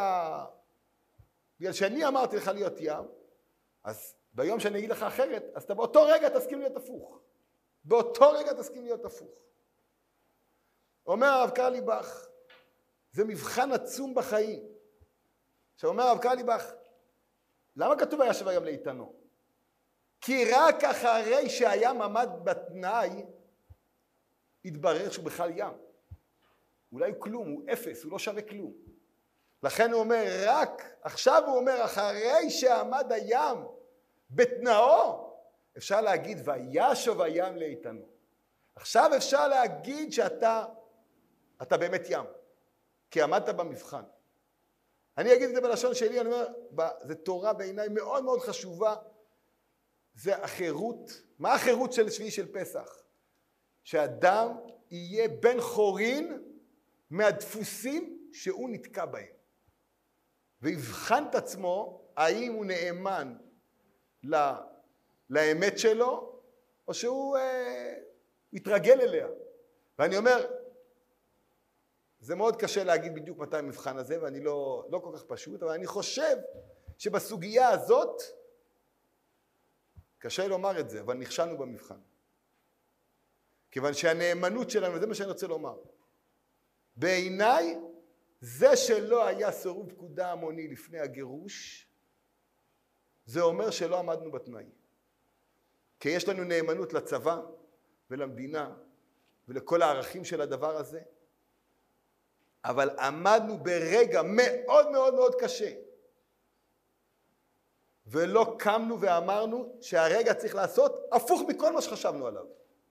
שאני אמרתי לך להיות ים, אז ביום שאני אגיד לך אחרת, אז אתה באותו רגע תסכים להיות הפוך. באותו רגע תסכים להיות הפוך. אומר הרב קרליבך, זה מבחן עצום בחיים. שאומר הרב קרליבך, למה כתוב וישב הים לאיתנו? כי רק אחרי שהים עמד בתנאי, התברר שהוא בכלל ים. אולי הוא כלום, הוא אפס, הוא לא שווה כלום. לכן הוא אומר, עכשיו הוא אומר, אחרי שעמד הים בתנאו, אפשר להגיד, וישב הים לאיתנו. עכשיו אפשר להגיד שאתה באמת ים, כי עמדת במבחן. אני אגיד את זה בלשון שלי, אני אומר, זה תורה בעיניי מאוד מאוד חשובה, זה החירות. מה החירות של שביעי של פסח? שאדם יהיה בן חורין מהדפוסים שהוא נתקע בהם. ויבחן את עצמו, האם הוא נאמן לאמת שלו, או שהוא מתרגל אליה. ואני אומר, זה מאוד קשה להגיד בדיוק מתי המבחן הזה, ואני לא כל כך פשוט, אבל אני חושב שבסוגיה הזאת, קשה לומר את זה, אבל נכשלנו במבחן. כיוון שהנאמנות שלנו, זה מה שאני רוצה לומר. בעיניי, זה שלא היה סירוב פקודה המוני לפני הגירוש, זה אומר שלא עמדנו בתנאי. כי יש לנו נאמנות לצבא ולמדינה ולכל הערכים של הדבר הזה, אבל עמדנו ברגע מאוד מאוד מאוד קשה, ולא קמנו ואמרנו שהרגע צריך לעשות הפוך מכל מה שחשבנו עליו.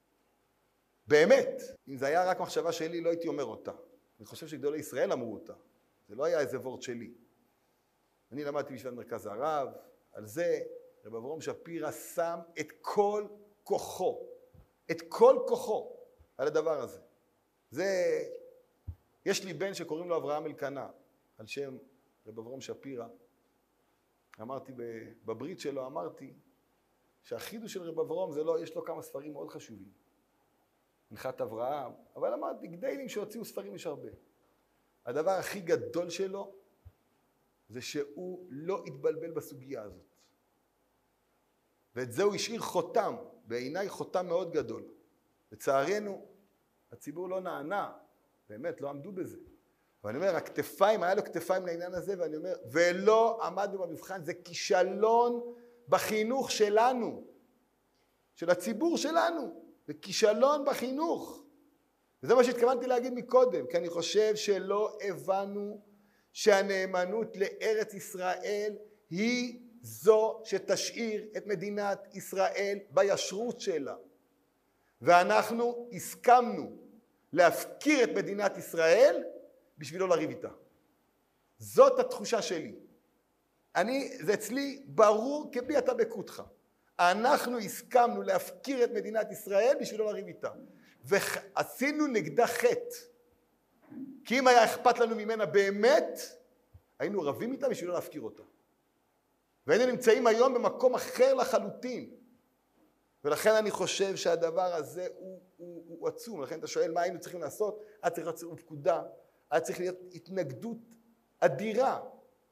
באמת, אם זה היה רק מחשבה שלי, לא הייתי אומר אותה. אני חושב שגדולי ישראל אמרו אותה. זה לא היה איזה וורט שלי. אני למדתי בישיבת מרכז הרב, על זה רב אברהם שפירא שם את כל כוחו, את כל כוחו על הדבר הזה. זה, יש לי בן שקוראים לו אברהם אלקנה, על שם רב אברהם שפירא. אמרתי בברית שלו, אמרתי שהחידוש של רב אברהם זה לא, יש לו כמה ספרים מאוד חשובים. מנחת אברהם, אבל אמרתי, גדולים שהוציאו ספרים יש הרבה. הדבר הכי גדול שלו זה שהוא לא התבלבל בסוגיה הזאת. ואת זה הוא השאיר חותם, בעיניי חותם מאוד גדול. לצערנו, הציבור לא נענה, באמת לא עמדו בזה. ואני אומר, הכתפיים, היה לו כתפיים לעניין הזה, ואני אומר, ולא עמדנו במבחן, זה כישלון בחינוך שלנו, של הציבור שלנו, זה כישלון בחינוך. וזה מה שהתכוונתי להגיד מקודם, כי אני חושב שלא הבנו שהנאמנות לארץ ישראל היא זו שתשאיר את מדינת ישראל בישרות שלה. ואנחנו הסכמנו להפקיר את מדינת ישראל בשביל לא לריב איתה. זאת התחושה שלי. זה אצלי ברור כביאתה בקותך. אנחנו הסכמנו להפקיר את מדינת ישראל בשביל לא לריב איתה. ועשינו נגדה חטא. כי אם היה אכפת לנו ממנה באמת, היינו רבים איתה בשביל לא להפקיר אותה. והיינו נמצאים היום במקום אחר לחלוטין. ולכן אני חושב שהדבר הזה הוא עצום. לכן אתה שואל מה היינו צריכים לעשות? היה צריך להיות סירוב פקודה, היה צריך להיות התנגדות אדירה.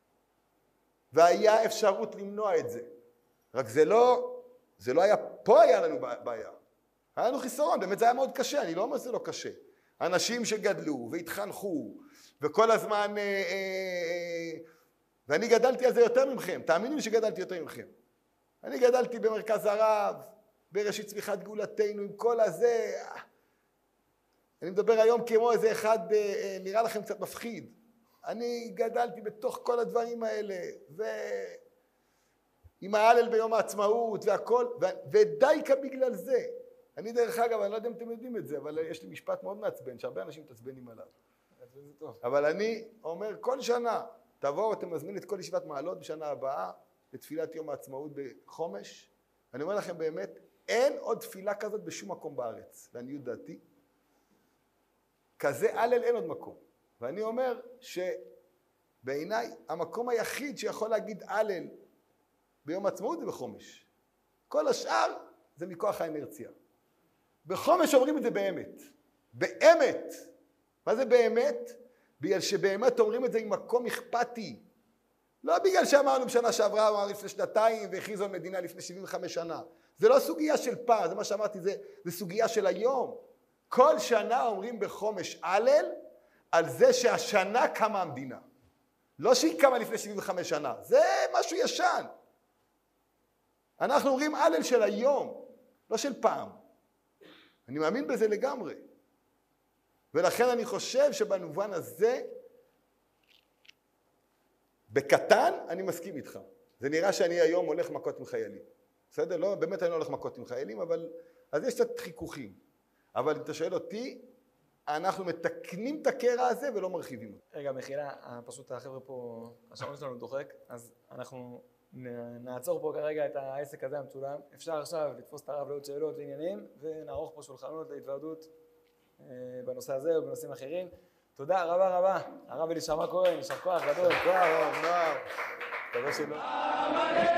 והיה אפשרות למנוע את זה. רק זה לא היה, פה היה לנו בעיה. היה לנו חיסרון, באמת זה היה מאוד קשה, אני לא אומר שזה לא קשה. אנשים שגדלו והתחנכו, וכל הזמן, ואני גדלתי על זה יותר ממכם, תאמינו לי שגדלתי יותר ממכם. אני גדלתי במרכז הרב, בראשית צמיחת גאולתנו, עם כל הזה. אני מדבר היום כמו איזה אחד, נראה לכם קצת מפחיד. אני גדלתי בתוך כל הדברים האלה, עם ההלל ביום העצמאות והכל, ודייקה בגלל זה. אני דרך אגב, אני לא יודע אם אתם יודעים את זה, אבל יש לי משפט מאוד מעצבן, שהרבה אנשים מתעצבנים עליו. אבל אני אומר, כל שנה, תבואו, אתם מזמין את כל ישיבת מעלות בשנה הבאה, לתפילת יום העצמאות בחומש. אני אומר לכם באמת, אין עוד תפילה כזאת בשום מקום בארץ, לעניות דעתי. כזה הלל אין עוד מקום. ואני אומר שבעיניי, המקום היחיד שיכול להגיד הלל ביום העצמאות זה בחומש. כל השאר זה מכוח האנרציה. בחומש אומרים את זה באמת. באמת. מה זה באמת? בגלל שבאמת אומרים את זה עם מקום אכפתי. לא בגלל שאמרנו בשנה שעברה, אמרנו לפני שנתיים, והכריזו על מדינה לפני 75 שנה. זה לא סוגיה של פעם, זה מה שאמרתי, זה סוגיה של היום. כל שנה אומרים בחומש הלל, על זה שהשנה קמה המדינה. לא שהיא קמה לפני 75 שנה, זה משהו ישן. אנחנו אומרים הלל של היום, לא של פעם. אני מאמין בזה לגמרי. ולכן אני חושב שבמובן הזה, בקטן אני מסכים איתך. זה נראה שאני היום הולך מכות עם חיילים. בסדר? לא, באמת אני לא הולך מכות עם חיילים, אבל אז יש קצת חיכוכים. אבל אם אתה שואל אותי, אנחנו מתקנים את הקרע הזה ולא מרחיבים אותו. רגע, מחילה, פשוט החבר'ה פה, השעון שלנו דוחק, אז אנחנו נעצור פה כרגע את העסק הזה המצולם. אפשר עכשיו לתפוס את הרב לעוד שאלות ועניינים, ונערוך פה שולחנות להתוועדות בנושא הזה ובנושאים אחרים. תודה רבה רבה, הרב אלישמע כהן, יישר כוח גדול. יישר כוח, הרב נוער. תודה שלא.